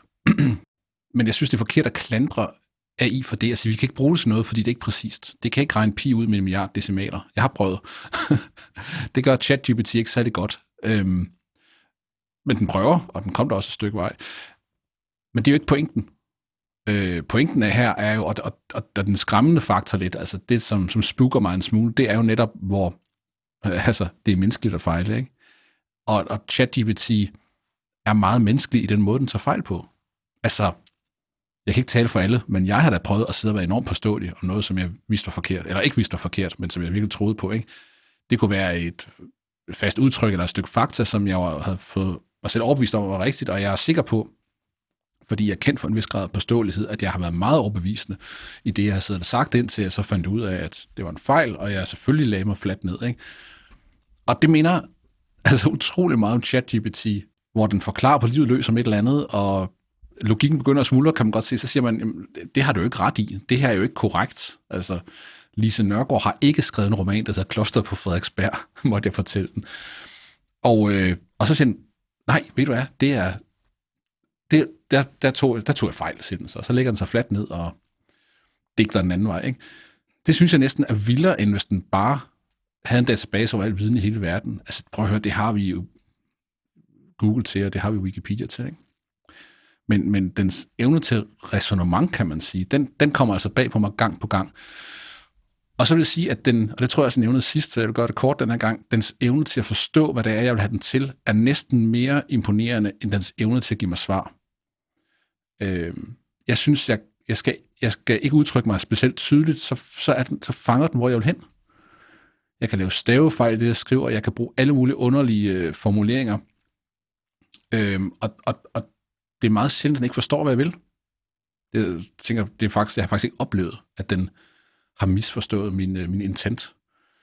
Men jeg synes, det er forkert at klandre A I for det. Altså, vi kan ikke bruge det til noget, fordi det er ikke præcist. Det kan ikke regne pi ud med en milliard decimaler. Jeg har prøvet. Det gør ChatGPT ikke særlig godt. Øhm, men den prøver, og den kom der også et stykke vej. Men det er jo ikke pointen. Øh, pointen af her er jo, og, og, og, og den skræmmende faktor lidt, altså det, som, som spooker mig en smule, det er jo netop, hvor øh, altså, det er menneskeligt at fejle, ikke? Og, og ChatGPT er meget menneskelig i den måde, den tager fejl på. Altså, jeg kan ikke tale for alle, men jeg har da prøvet at sidde og være enormt påståelig om noget, som jeg vidste var forkert, eller ikke vidste var forkert, men som jeg virkelig troede på, ikke? Det kunne være et fast udtryk eller et stykke fakta, som jeg havde fået mig selv overbevist om var rigtigt, og jeg er sikker på, fordi jeg er kendt for en vis grad af påståelighed, at jeg har været meget overbevisende i det, jeg har siddet og sagt indtil jeg så fandt ud af, at det var en fejl, og jeg selvfølgelig lagde mig fladt ned, ikke? Og det minder altså utrolig meget om ChatGPT hvor den forklarer på livet løs som et eller andet, og logikken begynder at smuldre, kan man godt se, så siger man, jamen, det har du jo ikke ret i. Det her er jo ikke korrekt. Altså, Lise Nørgaard har ikke skrevet en roman, der hedder Kloster på Frederiksberg, måtte jeg fortælle den. Og, øh, og så siger den, nej, ved du hvad, det er, det, der, der, tog, der tog jeg fejl, siger den så. Så lægger den sig fladt ned og digter den anden vej, ikke? Det synes jeg næsten er vildere, end hvis den bare havde en database over al viden i hele verden. Altså, prøv at høre, det har vi jo Google til, og det har vi Wikipedia til, ikke? Men, men dens evne til ræsonnement, kan man sige, den, den kommer altså bag på mig gang på gang. Og så vil jeg sige, at den, og det tror jeg også, jeg nævnede sidst, så jeg vil gøre det kort den her gang, dens evne til at forstå, hvad det er, jeg vil have den til, er næsten mere imponerende, end dens evne til at give mig svar. Øh, jeg synes, jeg, jeg, skal, jeg skal ikke udtrykke mig specielt tydeligt, så, så, er den, så fanger den, hvor jeg vil hen. Jeg kan lave stavefejl i det, jeg skriver, jeg kan bruge alle mulige underlige øh, formuleringer. Øh, og, og, og det er meget sjældent, at den ikke forstår, hvad jeg vil. Jeg tænker, det er faktisk, jeg har faktisk ikke oplevet, at den har misforstået min, min intent.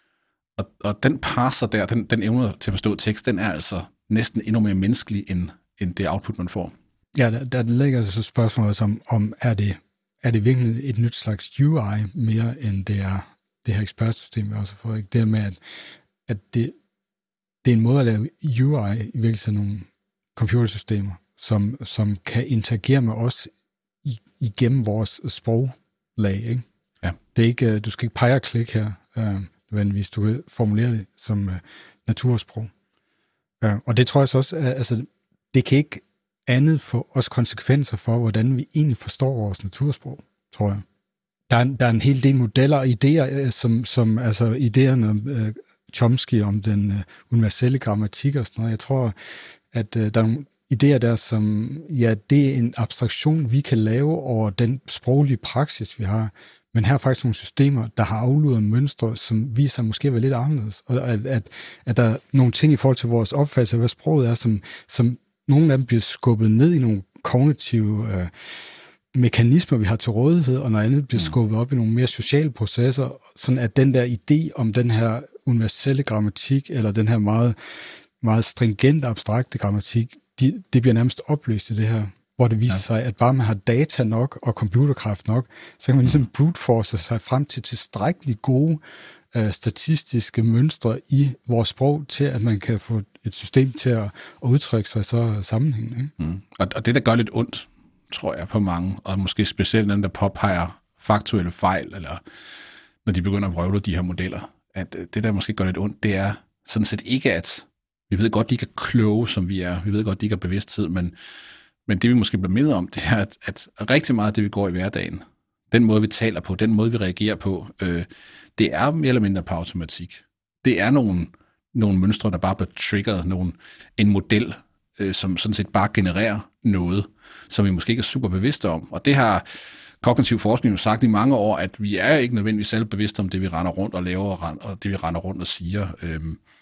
Og, og den parser der, den, den evne til at forstå tekst, den er altså næsten endnu mere menneskelig, end, end det output, man får. Ja, der, der ligger så spørgsmålet som, om er det, er det virkelig et nyt slags U I, mere end det er det her ekspertsystem, vi også får. Ikke? Det med, at, at det, det er en måde at lave U I i virkelig nogle computersystemer, som, som kan interagere med os i, igennem vores sproglag, ikke? Ja. Det er ikke, du skal ikke pege og klikke her, øh, hvis du kan formulere det som øh, natursprog. Øh, og det tror jeg så også, at, altså, det kan ikke andet få os konsekvenser for, hvordan vi egentlig forstår vores natursprog, tror jeg. Der er, der er en hel del modeller og idéer, som, som altså idéerne om øh, Chomsky, om den øh, universelle grammatik og sådan noget. Jeg tror, at øh, der er nogle idéer der, som, ja, det er en abstraktion, vi kan lave over den sproglige praksis, vi har. Men her er faktisk nogle systemer, der har afluret mønstre, som viser sig måske at være lidt anderledes. Og at, at, at der er nogle ting i forhold til vores opfattelse af, hvad sproget er, som, som nogle af dem bliver skubbet ned i nogle kognitive øh, mekanismer, vi har til rådighed, og noget andet bliver skubbet op i nogle mere sociale processer, sådan at den der idé om den her universelle grammatik, eller den her meget, meget stringent abstrakte grammatik, de, det bliver nærmest opløst i det her, hvor det viser ja. sig, at bare man har data nok og computerkraft nok, så kan man ligesom brute-force sig frem til tilstrækkeligt gode øh, statistiske mønstre i vores sprog, til at man kan få et system til at, at udtrykke sig så sammenhængende. Ikke? Mm. Og, og det, der gør lidt ondt, tror jeg, på mange, og måske specielt dem, der påpeger faktuelle fejl, eller når de begynder at vrøvle de her modeller, at det, der måske gør lidt ondt, det er sådan set ikke, at vi ved godt, de ikke er kloge, som vi er. Vi ved godt, de ikke er bevidsthed, men, men det, vi måske bliver mindet om, det er, at, at rigtig meget af det, vi går i hverdagen, den måde, vi taler på, den måde, vi reagerer på, øh, det er mere eller mindre på automatik. Det er nogle, nogle mønstre, der bare bliver triggeret, nogle, en model, øh, som sådan set bare genererer noget, som vi måske ikke er super bevidste om. Og det har kognitiv forskning jo sagt i mange år, at vi er ikke nødvendigvis selv bevidste om det, vi render rundt og laver, og det, vi render rundt og siger. Øh,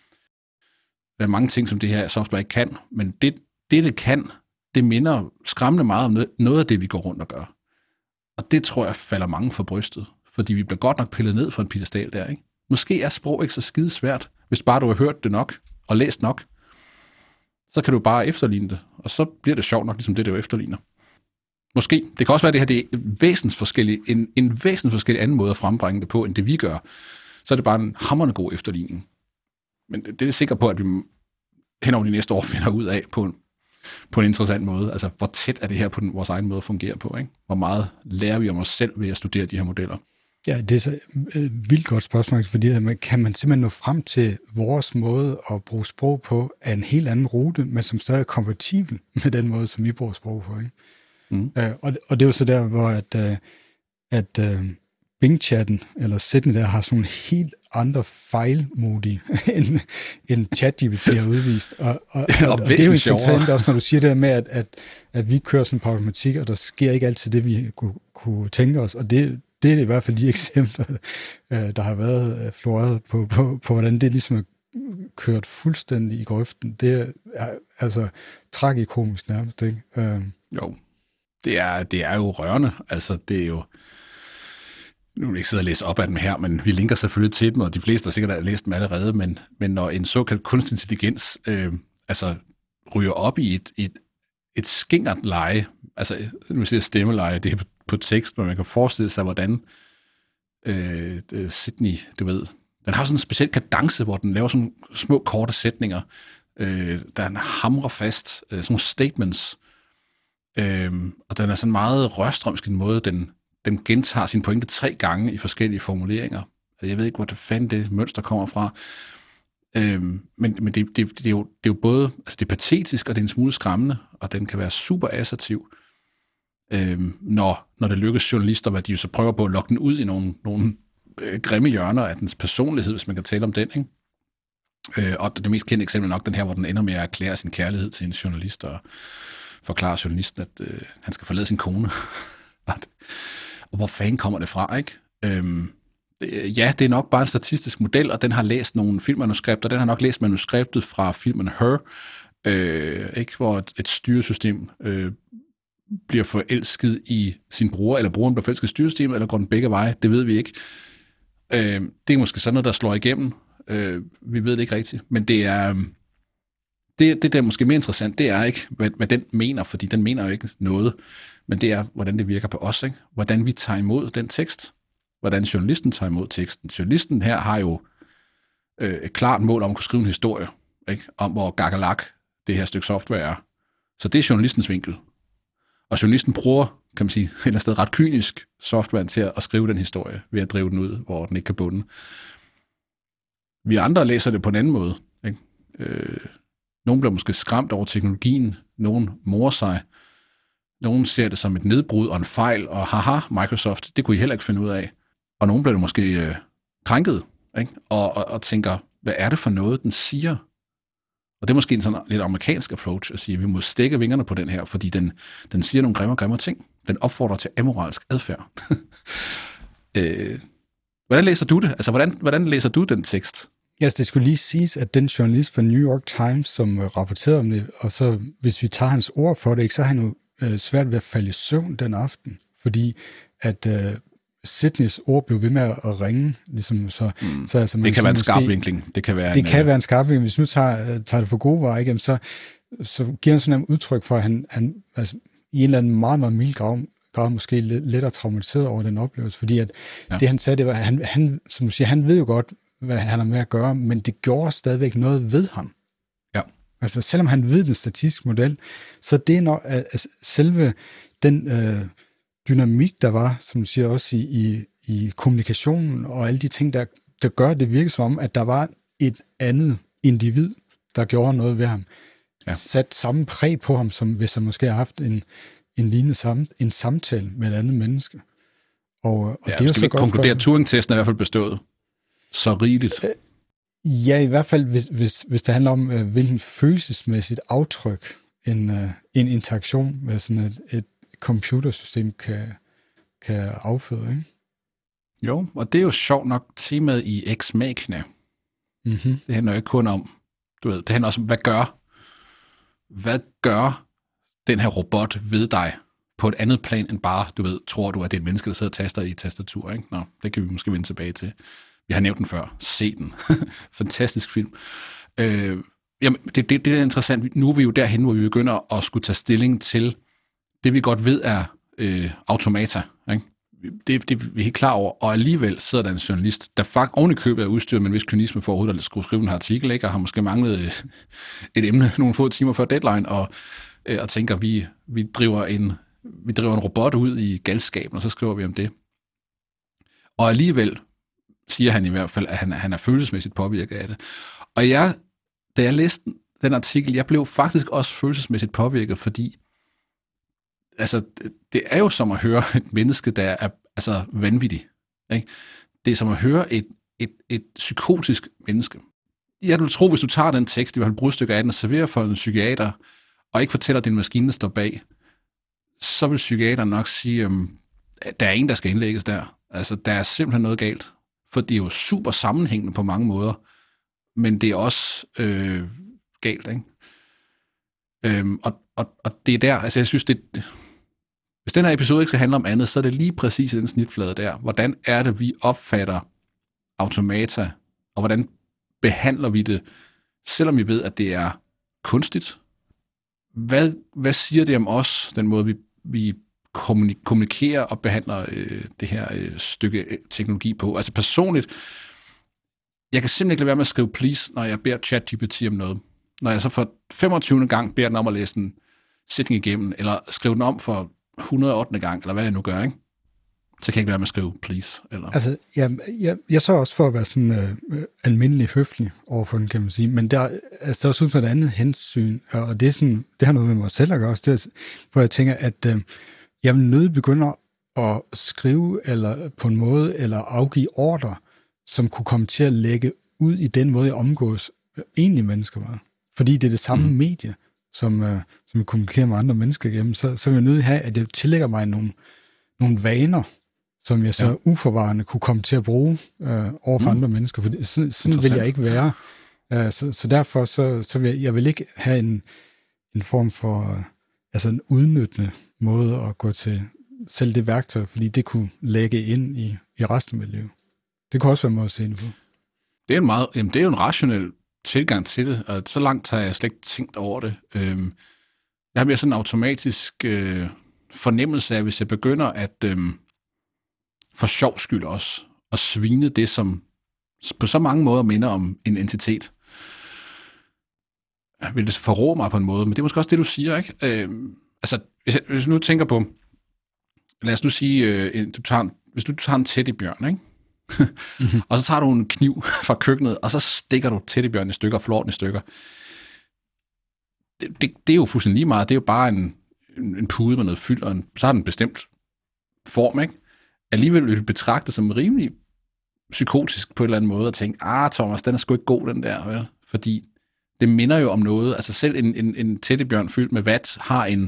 Der er mange ting, som det her software ikke kan, men det, det, det kan, det minder skræmmende meget om noget, noget af det, vi går rundt og gør. Og det tror jeg falder mange for brystet, fordi vi bliver godt nok pillet ned fra en piedestal der, ikke? Måske er sprog ikke så skide svært, hvis bare du har hørt det nok og læst nok. Så kan du bare efterligne det, og så bliver det sjovt nok, ligesom det, det jo efterligner. Måske. Det kan også være, at det her det er væsensforskellig, en, en væsensforskellig anden måde at frembringe det på, end det vi gør. Så er det bare en hamrende god efterligning. Men det er sikker på, at vi hen over de næste år finder ud af på en, på en interessant måde. Altså, hvor tæt er det her på den, vores egen måde at fungere på, ikke? Hvor meget lærer vi om os selv ved at studere de her modeller? Ja, det er så et vildt godt spørgsmål, fordi kan man simpelthen nå frem til vores måde at bruge sprog på af en helt anden rute, men som stadig er kompatibel med den måde, som vi bruger sprog på, ikke? Mm. Uh, og, og det er jo så der, hvor at, uh, at uh, Bing-chatten, eller Sydney der, har sådan nogle helt andre fejlmodi, end, end ChatGPT har udvist. Og, og, og, og det er jo interessant også, når du siger det med, at, at, at vi kører sådan på automatik, og der sker ikke altid det, vi kunne, kunne tænke os. Og det, det er i hvert fald de eksempler, der har været floreret på, på, på, hvordan det ligesom er kørt fuldstændig i grøften. Det er altså tragikomisk nærmest, ikke? Jo, det er, det er jo rørende. Altså, det er jo... Nu vil jeg ikke sidde og læse op af dem her, men vi linker selvfølgelig til dem, og de fleste har sikkert læst dem allerede, men, men når en såkaldt kunstig intelligens øh, altså ryger op i et, et, et skingert leje, altså nu siger jeg stemmeleje, det er på, på tekst, men man kan forestille sig, hvordan øh, Sydney, du ved, den har sådan en speciel kadence, hvor den laver sådan små, korte sætninger, øh, der hamrer fast, øh, sådan nogle statements, øh, og den er sådan meget rørstrømsk i en måde, den, den gentager sin pointe tre gange i forskellige formuleringer. Jeg ved ikke, hvor det fanden det mønster kommer fra, øh, men, men det, det, det, er jo, det er jo både, altså det er patetisk, og det er en smule skræmmende, og den kan være super assertiv, øh, når, når det lykkes journalister, hvad de jo så prøver på at lokke den ud i nogle, nogle grimme hjørner af dens personlighed, hvis man kan tale om den, ikke? Øh, og det mest kendte eksempel er nok den her, hvor den ender med at erklære sin kærlighed til en journalist, og forklare journalisten, at øh, han skal forlade sin kone. Og hvor fanden kommer det fra, ikke? Øhm, det, ja, det er nok bare en statistisk model, og den har læst nogle filmmanuskripter, den har nok læst manuskriptet fra filmen Her, øh, ikke? Hvor et, et styresystem øh, bliver forelsket i sin bror, eller broren bliver forelsket i styresystemet, eller går den begge veje, det ved vi ikke. Øh, det er måske sådan noget, der slår igennem. Øh, vi ved det ikke rigtigt. Men det er det, det der er måske mere interessant, det er ikke, hvad, hvad den mener, fordi den mener jo ikke noget, men det er, hvordan det virker på os, ikke? Hvordan vi tager imod den tekst. Hvordan journalisten tager imod teksten. Journalisten her har jo øh, et klart mål om at kunne skrive en historie, ikke? Om hvor gakkelak det her stykke software er. Så det er journalistens vinkel. Og journalisten bruger, kan man sige, et eller andet sted ret kynisk software til at skrive den historie, ved at drive den ud, hvor den ikke kan bunde. Vi andre læser det på en anden måde, ikke? Øh, nogle bliver måske skræmt over teknologien, nogen morer sig, nogen ser det som et nedbrud og en fejl, og haha, Microsoft, det kunne I heller ikke finde ud af. Og nogen bliver måske øh, krænket, ikke? Og, og, og tænker, hvad er det for noget, den siger? Og det er måske en sådan lidt amerikansk approach at sige, at vi må stikke vingerne på den her, fordi den, den siger nogle grimme, grimme ting. Den opfordrer til amoralsk adfærd. øh, hvordan læser du det? Altså, hvordan, hvordan læser du den tekst? Ja, altså, det skulle lige siges, at den journalist fra New York Times, som rapporterede om det, og så hvis vi tager hans ord for det, ikke, så er han jo øh, svært ved at falde i søvn den aften, fordi at øh, Sydneys ord blev ved med at ringe. Ligesom, så, mm. så, altså, det kan være en skarp vinkling. Det kan være, det en, kan være en skarp vinkling. Hvis nu tager, tager det for gode varer, ikke, så, så giver han sådan et udtryk for, at han, han altså, i en eller anden meget, meget mild grad, grad måske lidt, lettere traumatiseret over den oplevelse, fordi at ja. det han sagde, det var, at han, han, som siger, han ved jo godt, hvad han har med at gøre, men det gjorde stadigvæk noget ved ham. Ja. Altså, selvom han ved den statistiske model, så det er nok, altså, selve den øh, dynamik, der var, som du siger, også i, i, i kommunikationen, og alle de ting, der, der gør, det virker som om, at der var et andet individ, der gjorde noget ved ham. Ja. Sat samme præg på ham, som hvis han måske har haft en, en lignende sam, en samtale med et andet menneske. Og, og ja, det er jo skal så vi godt konkludere, for, at Turing-testen er i hvert fald bestået? Så rigeligt. Ja, i hvert fald, hvis, hvis, hvis det handler om, uh, hvilken følelsesmæssigt aftryk en, uh, en interaktion med sådan et, et computersystem kan, kan afføde, ikke? Jo, og det er jo sjovt nok temaet i Ex Machina. Mm-hmm. Det handler jo ikke kun om, du ved, det handler også om, hvad gør, hvad gør den her robot ved dig på et andet plan end bare, du ved, tror du, at det er et menneske, der sidder og taster i et tastatur, ikke? Nå, det kan vi måske vende tilbage til. Vi har nævnt den før. Se den. Fantastisk film. Øh, jamen, det, det, det er interessant. Nu er vi jo derhen, hvor vi begynder at skulle tage stilling til det, vi godt ved er øh, automata. Ikke? Det, det er vi helt klar over. Og alligevel sidder der en journalist, der faktisk oven i købet er udstyret med en vis kynisme for overhovedet at skulle skrive en artikel, ikke? Og har måske manglet et emne nogle få timer før deadline, og, øh, og tænker, vi, vi, driver en, vi driver en robot ud i galskaben, og så skriver vi om det. Og alligevel siger han i hvert fald, at han, han er følelsesmæssigt påvirket af det. Og jeg, da jeg læste den artikel, jeg blev faktisk også følelsesmæssigt påvirket, fordi altså, det er jo som at høre et menneske, der er altså vanvittig. Ikke? Det er som at høre et, et, et psykotisk menneske. Jeg vil tro, hvis du tager den tekst, i hvert fald brudstykker af den, og serverer for en psykiater, og ikke fortæller, at din maskine står bag, så vil psykiateren nok sige, at der er en, der skal indlægges der. Altså, der er simpelthen noget galt. For det er jo super sammenhængende på mange måder, men det er også øh, galt, ikke? Øhm, og, og, og det er der, altså jeg synes, det, hvis den her episode ikke skal handle om andet, så er det lige præcis i den snitflade der. Hvordan er det, vi opfatter automata, og hvordan behandler vi det, selvom vi ved, at det er kunstigt, hvad, hvad siger det om os, den måde, vi, vi kommunikerer og behandler øh, det her øh, stykke teknologi på? Altså personligt, jeg kan simpelthen ikke lade være med at skrive please, når jeg beder ChatGPT om noget. Når jeg så for femogtyvende gang beder den om at læse en sætning igennem, eller skrive den om for hundrede og ottende gang, eller hvad jeg nu gør, ikke? Så kan jeg ikke være med at skrive please. Eller... Altså, jeg, jeg, jeg så også for at være sådan øh, almindelig høflig overfor den, kan man sige, men der, altså, der er også ud fra et andet hensyn, og det, er sådan, det har noget med mig selv at gøre også, det er, hvor jeg tænker, at øh, jeg vil nødt begynde at skrive eller på en måde, eller afgive ordre, som kunne komme til at lægge ud i den måde, jeg omgås egentlige mennesker var. Fordi det er det samme mm. medie, som, øh, som jeg kommunikerer med andre mennesker igennem, så, så vil jeg nødt have, at jeg tillægger mig nogle, nogle vaner, som jeg så ja. uforvarende kunne komme til at bruge øh, over for mm. andre mennesker, for sådan, sådan vil jeg ikke være. Uh, så, så derfor så, så vil jeg, jeg vil ikke have en, en form for uh, altså en udnyttende måde at gå til selv det værktøj, fordi det kunne lægge ind i, i resten af mit liv. Det kunne også være en måde at se det på. Det er en meget, jamen det er jo en rationel tilgang til det, og så langt har jeg slet ikke tænkt over det. Øhm, jeg har mere sådan en automatisk øh, fornemmelse af, hvis jeg begynder at øh, for sjov skyld også, at svine det, som på så mange måder minder om en entitet, vil det forrå mig på en måde, men det er måske også det, du siger, ikke? Øhm, altså, hvis, jeg, hvis du nu tænker på, lad os nu sige, øh, du tager en, hvis du tager en teddybjørn, ikke? mm-hmm. Og så tager du en kniv fra køkkenet, og så stikker du teddybjørnen i stykker og flår den i stykker. Det, det, det er jo fuldstændig lige meget. Det er jo bare en, en, en pude med noget fyld, og en, så har den bestemt form, ikke? Alligevel vil du betragte som rimelig psykotisk på en eller anden måde, og tænke, ah Thomas, den er sgu ikke god, den der, vel? Fordi det minder jo om noget. Altså selv en, en, en teddybjørn fyldt med vat har en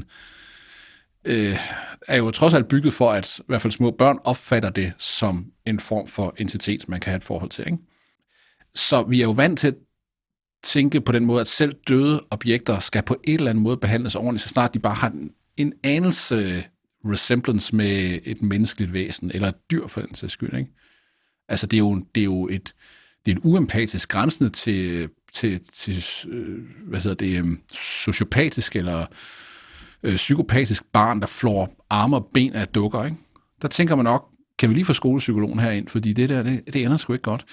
øh, er jo trods alt bygget for, at i hvert fald små børn opfatter det som en form for entitet, man kan have et forhold til, ikke? Så vi er jo vant til at tænke på den måde, at selv døde objekter skal på en eller anden måde behandles ordentligt, så snart de bare har en, en anelse resemblance med et menneskeligt væsen, eller et dyr for den sags skyld, ikke? Altså det er jo, det er jo et, det er et uempatisk grænsende til, til, til øh, hvad hedder det, øh, sociopatisk eller øh, psykopatisk barn, der flår arme og ben af dukker, ikke? Der tænker man nok, kan vi lige få skolepsykologen herind, fordi det der, det, det ender sgu ikke godt.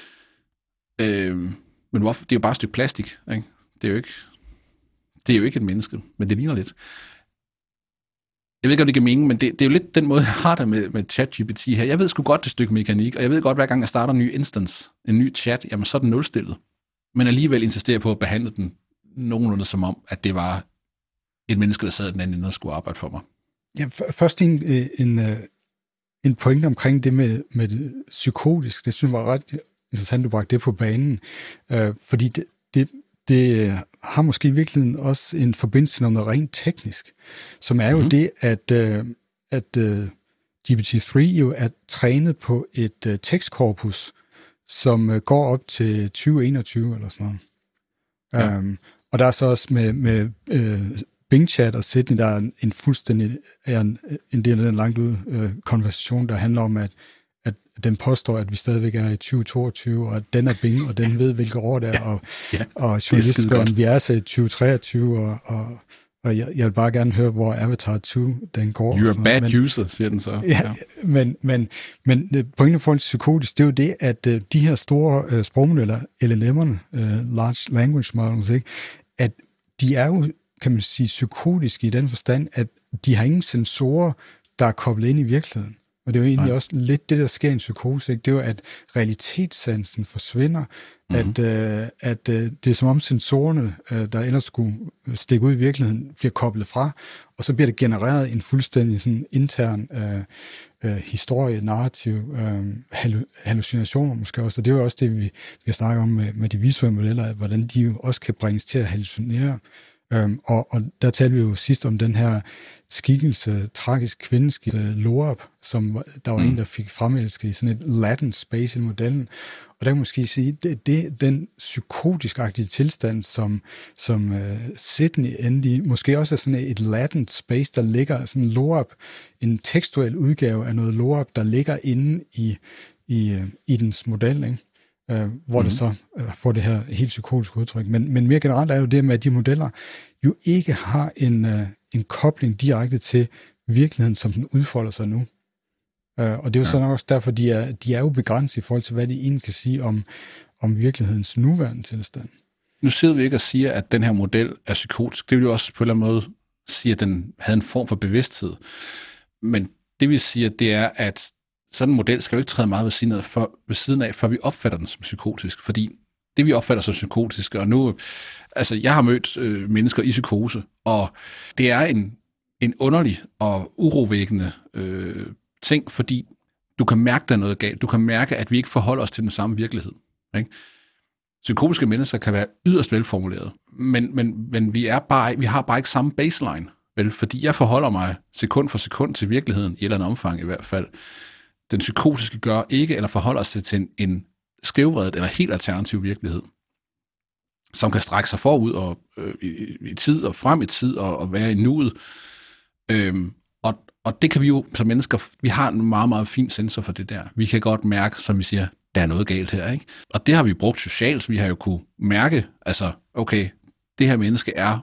Øh, men hvorfor? Det er jo bare et stykke plastik, ikke? Det er jo ikke, det er jo ikke et menneske, men det ligner lidt. Jeg ved ikke, om det giver mening, men det, det er jo lidt den måde, jeg har det med, med ChatGPT her. Jeg ved sgu godt det stykke mekanik, og jeg ved godt, hver gang jeg starter en ny instance, en ny chat, jamen så er den nulstillet. Men alligevel insisterer på at behandle den nogenlunde som om, at det var et menneske, der sad den anden ende og skulle arbejde for mig. Ja, først en, en, en pointe omkring det med, med det psykotisk. Det synes jeg var ret interessant, du bragte det på banen. Øh, fordi det, det, det har måske i virkeligheden også en forbindelse med noget rent teknisk, som er jo mm-hmm. det, at, øh, at øh, G P T tre jo er trænet på et øh, tekstkorpus, som øh, går op til tyve enogtyve eller sådan noget. Ja. Um, og der er så også med, med øh, Bing Chat og Sydney, der er en, en fuldstændig er en, en del af den langt ud øh, konversation, der handler om, at at den påstår, at vi stadigvæk er i tyve toogtyve, og at den er Bing, og den ved, hvilke år det er, og, ja, ja, og journalisten vi er så i tyve treogtyve, og, og, og jeg, jeg vil bare gerne høre, hvor Avatar to den går. You're a bad men, user, siger den så. Ja, ja. Men, men, men pointen for en psykotisk, det er jo det, at uh, de her store uh, sprogmodeller, L L M'erne, uh, Large Language Models, ikke, at de er jo, kan man sige, psykotiske i den forstand, at de har ingen sensorer, der er koblet ind i virkeligheden. Og det er jo egentlig Nej. også lidt det, der sker i en psykose, ikke? Det er jo, at realitetssansen forsvinder, mm-hmm. at, øh, at øh, det er som om sensorerne, øh, der ellers skulle stikke ud i virkeligheden, bliver koblet fra, og så bliver det genereret en fuldstændig sådan intern øh, øh, historie, narrativ, øh, hallucinationer måske også. Og det er jo også det, vi, vi har snakket om med, med de visuelle modeller, hvordan de jo også kan bringes til at hallucinere. Øhm, og, og der talte vi jo sidst om den her skikkelse, tragisk kvindeskikkelse, Lorab, som der var mm. en, der fik fremelsket i sådan et latent space i modellen. Og der kan man måske sige, det, det den psykotisk-agtige tilstand, som, som uh, Sydney endelig, måske også er sådan et latent space, der ligger sådan Lorab, en tekstuel udgave af noget Lorab, der ligger inde i, i, i dens model, ikke? Uh, hvor mm. det så uh, får det her helt psykotiske udtryk. Men, men mere generelt er jo det med, at de modeller jo ikke har en, uh, en kobling direkte til virkeligheden, som den udfolder sig nu. Uh, og det er jo ja. så nok også derfor, de er, de er jo begrænset i forhold til, hvad de egentlig kan sige om, om virkelighedens nuværende tilstand. Nu sidder vi ikke og siger, at den her model er psykotisk. Det vil jo også på en eller anden måde sige, at den havde en form for bevidsthed. Men det vi siger, det er, at sådan en model skal jo ikke træde meget ved siden af, for, ved siden af, før vi opfatter den som psykotisk. Fordi det, vi opfatter som psykotisk, og nu, altså jeg har mødt øh, mennesker i psykose, og det er en, en underlig og urovækkende øh, ting, fordi du kan mærke, der er noget galt. Du kan mærke, at vi ikke forholder os til den samme virkelighed. Ikke? Psykotiske mennesker kan være yderst velformuleret, men, men, men vi, er bare, vi har bare ikke samme baseline, vel? Fordi jeg forholder mig sekund for sekund til virkeligheden, i et eller andet omfang i hvert fald. Den psykotiske gør ikke, eller forholder sig til en, en skævvredet eller helt alternativ virkelighed, som kan strække sig forud og, øh, i, i tid og frem i tid og, og være i nuet. Øhm, og, og det kan vi jo som mennesker, vi har en meget, meget fin sensor for det der. Vi kan godt mærke, som vi siger, der er noget galt her, ikke? Og det har vi brugt socialt, så vi har jo kunne mærke, altså, okay, det her menneske er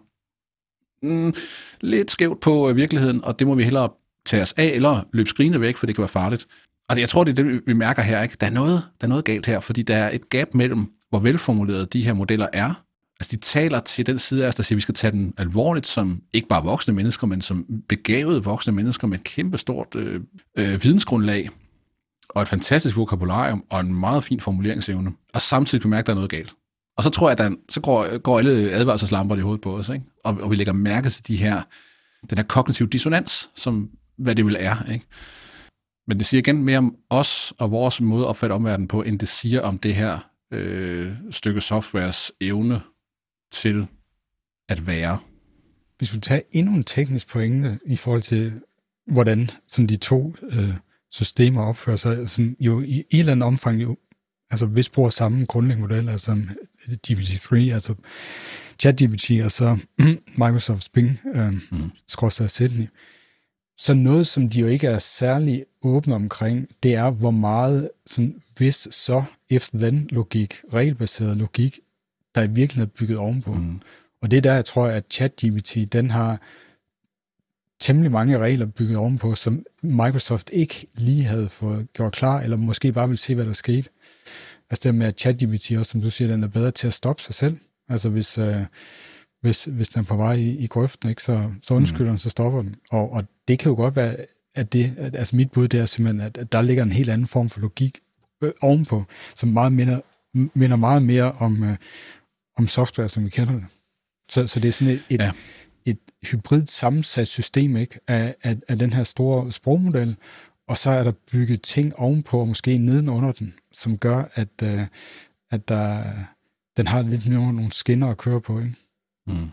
mm, lidt skævt på øh, virkeligheden, og det må vi hellere tage os af, eller løbe skrigende væk, for det kan være farligt. Og jeg tror, det er det, vi mærker her, ikke? Der er noget, der er noget galt her, fordi der er et gap mellem, hvor velformulerede de her modeller er. Altså, de taler til den side af os, der siger, at vi skal tage den alvorligt som ikke bare voksne mennesker, men som begavede voksne mennesker med et kæmpestort øh, øh, vidensgrundlag, og et fantastisk vokabularium, og en meget fin formuleringsevne, og samtidig kan mærke, at der er noget galt. Og så tror jeg, at der, så går, går alle advarselslamper i hovedet på os, ikke? Og, og vi lægger mærke til de her, den her kognitive dissonans, som hvad det vil er, ikke? Men det siger igen mere om os og vores måde at opfatte omverdenen på, end det siger om det her øh, stykke softwares evne til at være. Hvis vi tager endnu en teknisk pointe i forhold til, hvordan sådan de to øh, systemer opfører sig, som jo i et eller andet omfang jo, altså hvis bruger samme grundlæggende model, altså G P T tre, altså ChatGPT, og så Microsoft Bing, øh, mm. skråstreg Sydney. Så noget, som de jo ikke er særlig åbne omkring, det er, hvor meget sådan, hvis så, if-then-logik, regelbaseret logik, der i virkeligheden er bygget ovenpå. Mm. Og det er der, jeg tror, at ChatGPT, den har temmelig mange regler bygget ovenpå, som Microsoft ikke lige havde fået gjort klar, eller måske bare vil se, hvad der skete. Altså det med, at ChatGPT også, som du siger, den er bedre til at stoppe sig selv. Altså hvis... Øh, Hvis, hvis den er på vej i, i grøften, ikke, så, så undskylder den, så stopper den. Og, og det kan jo godt være, at det, at, altså mit bud, det er simpelthen, at, at der ligger en helt anden form for logik øh, ovenpå, som meget minder, minder meget mere om, øh, om software, som vi kender det. Så, så det er sådan et, et, ja. et hybrid sammensat system, ikke, af, af, af den her store sprogmodel, og så er der bygget ting ovenpå, og måske nedenunder den, som gør, at, øh, at der, den har lidt mere nogle skinner at køre på, ikke? Mm.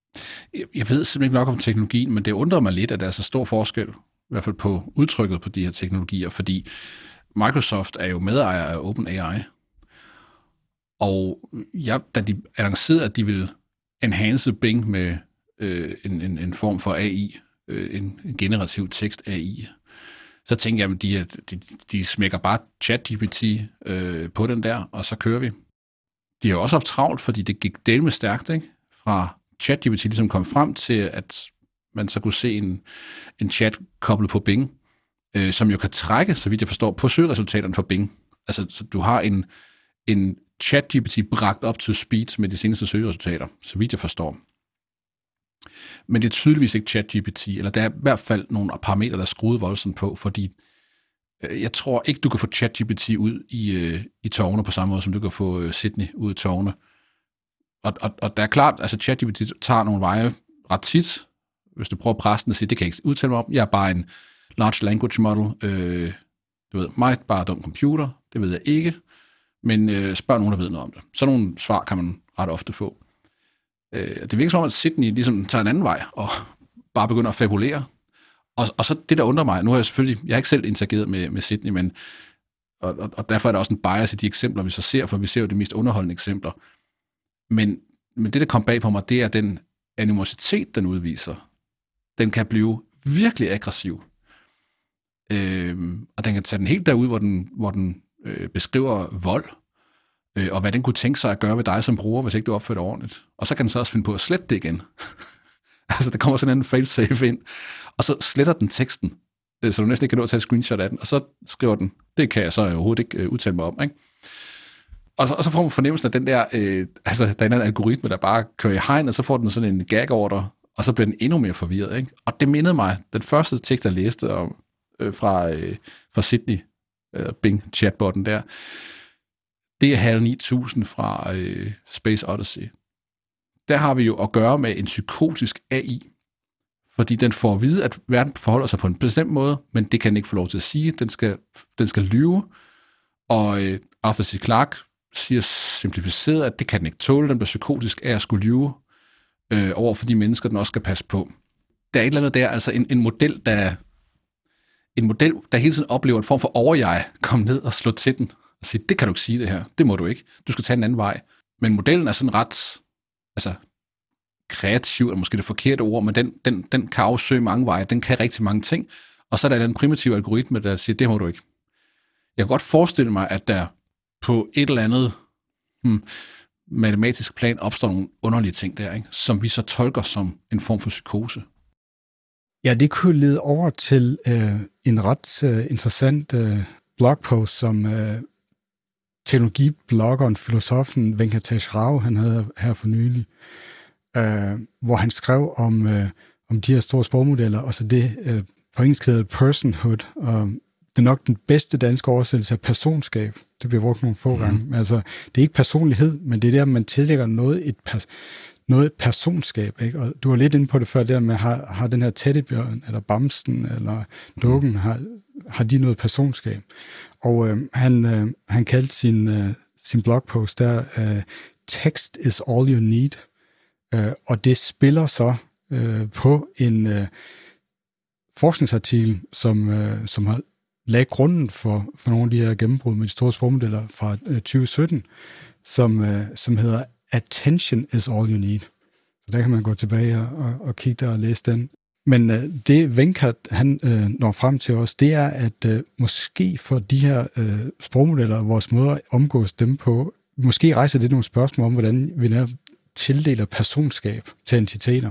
Jeg ved simpelthen ikke nok om teknologien, men det undrer mig lidt, at der er så stor forskel, i hvert fald på udtrykket på de her teknologier, fordi Microsoft er jo medejer af OpenAI, og ja, da de annoncerede, at de ville enhance Bing med øh, en, en, en form for A I, øh, en, en generativ tekst A I, så tænkte jeg, at de, de, de smækker bare ChatGPT øh, på den der, og så kører vi. De har jo også haft travlt, fordi det gik del med stærkt, ikke? Fra ChatGPT ligesom kom frem til, at man så kunne se en, en chat koblet på Bing, øh, som jo kan trække, så vidt jeg forstår, på søgeresultaterne for Bing. Altså, så du har en, en ChatGPT bragt op til speed med de seneste søgeresultater, så vidt jeg forstår. Men det er tydeligvis ikke ChatGPT, eller der er i hvert fald nogle parametre, der er skruet voldsomt på, fordi øh, jeg tror ikke, du kan få ChatGPT ud i, øh, i tårne på samme måde, som du kan få øh, Sydney ud i tårne. Og, og, og der er klart, altså ChatGPT tager nogle veje ret tit, hvis du prøver at presse den og sige, det kan jeg ikke udtale mig om, jeg er bare en large language model, øh, du ved, mig bare dum computer, det ved jeg ikke, men øh, spørg nogen, der ved noget om det. Sådan nogle svar kan man ret ofte få. Øh, det virker som om, at Sydney ligesom tager en anden vej, og bare begynder at fabulere. Og, og så det, der undrer mig, nu har jeg selvfølgelig, jeg har ikke selv interageret med, med Sydney, men, og, og, og derfor er der også en bias i de eksempler, vi så ser, for vi ser jo de mest underholdende eksempler. Men, men det, der kom bag på mig, det er den animositet, den udviser. Den kan blive virkelig aggressiv. Øhm, og den kan tage den helt derud, hvor den, hvor den øh, beskriver vold, øh, og hvad den kunne tænke sig at gøre ved dig som bruger, hvis ikke du opfører det ordentligt. Og så kan den så også finde på at slette det igen. Altså, der kommer sådan en failsafe ind, og så sletter den teksten, så du næsten ikke kan nå at tage et screenshot af den, og så skriver den, det kan jeg så overhovedet ikke udtale mig om, ikke? Og så, og så får man fornemmelsen af den der, øh, altså, der er en anden algoritme, der bare kører i hegn, og så får den sådan en gag over dig, og så bliver den endnu mere forvirret, ikke? Og det mindede mig, den første tekst, jeg læste om, øh, fra, øh, fra Sydney, øh, Bing chatbotten der, det er H A L ni tusind fra øh, Space Odyssey. Der har vi jo at gøre med en psykotisk A I, fordi den får at vide, at verden forholder sig på en bestemt måde, men det kan den ikke få lov til at sige. Den skal, den skal lyve, og øh, Arthur C. Clarke siger simplificeret, at det kan den ikke tåle. Den bliver psykotisk af at skulle lyve øh, over for de mennesker, den også skal passe på. Der er et eller andet der, altså en, en model, der en model, der hele tiden oplever en form for over-jeg, komme ned og slå til den og sige, det kan du ikke sige det her, det må du ikke. Du skal tage en anden vej. Men modellen er sådan ret, altså kreativ er måske det forkerte ord, men den, den, den kan afsøge mange veje, den kan rigtig mange ting, og så er der en primitiv algoritme, der siger, det må du ikke. Jeg kan godt forestille mig, at der på et eller andet hmm, matematisk plan opstår nogle underlige ting der, ikke? Som vi så tolker som en form for psykose. Ja, det kunne lede over til øh, en ret øh, interessant øh, blogpost, som øh, teknologibloggeren, filosofen Venkatesh Rao, han havde her for nylig, øh, hvor han skrev om, øh, om de her store sprogmodeller, og så det øh, på engelsk hedder personhood, og det er nok den bedste danske oversættelse af personskab. Det bliver brugt nogle få gange. Mm. Altså, det er ikke personlighed, men det er der, man tillægger noget et, pers- noget et personskab. Ikke? Og du var lidt inde på det før, der med, har, har den her teddybjørn, eller bamsen, eller dukken, mm. har, har de noget personskab? Og øh, han, øh, han kaldte sin, øh, sin blogpost der, øh, text is all you need. Øh, og det spiller så øh, på en øh, forskningsartikel, som, øh, som har lagde grunden for, for nogle af de her gennembrud med de store sprogmodeller fra øh, tyve sytten, som, øh, som hedder Attention is all you need. Så der kan man gå tilbage og, og, og kigge der og læse den. Men øh, det Venkat, han øh, når frem til os, det er, at øh, måske for de her øh, sprogmodeller, vores måde at omgås dem på, måske rejser det nogle spørgsmål om, hvordan vi tildeler personskab til entiteter.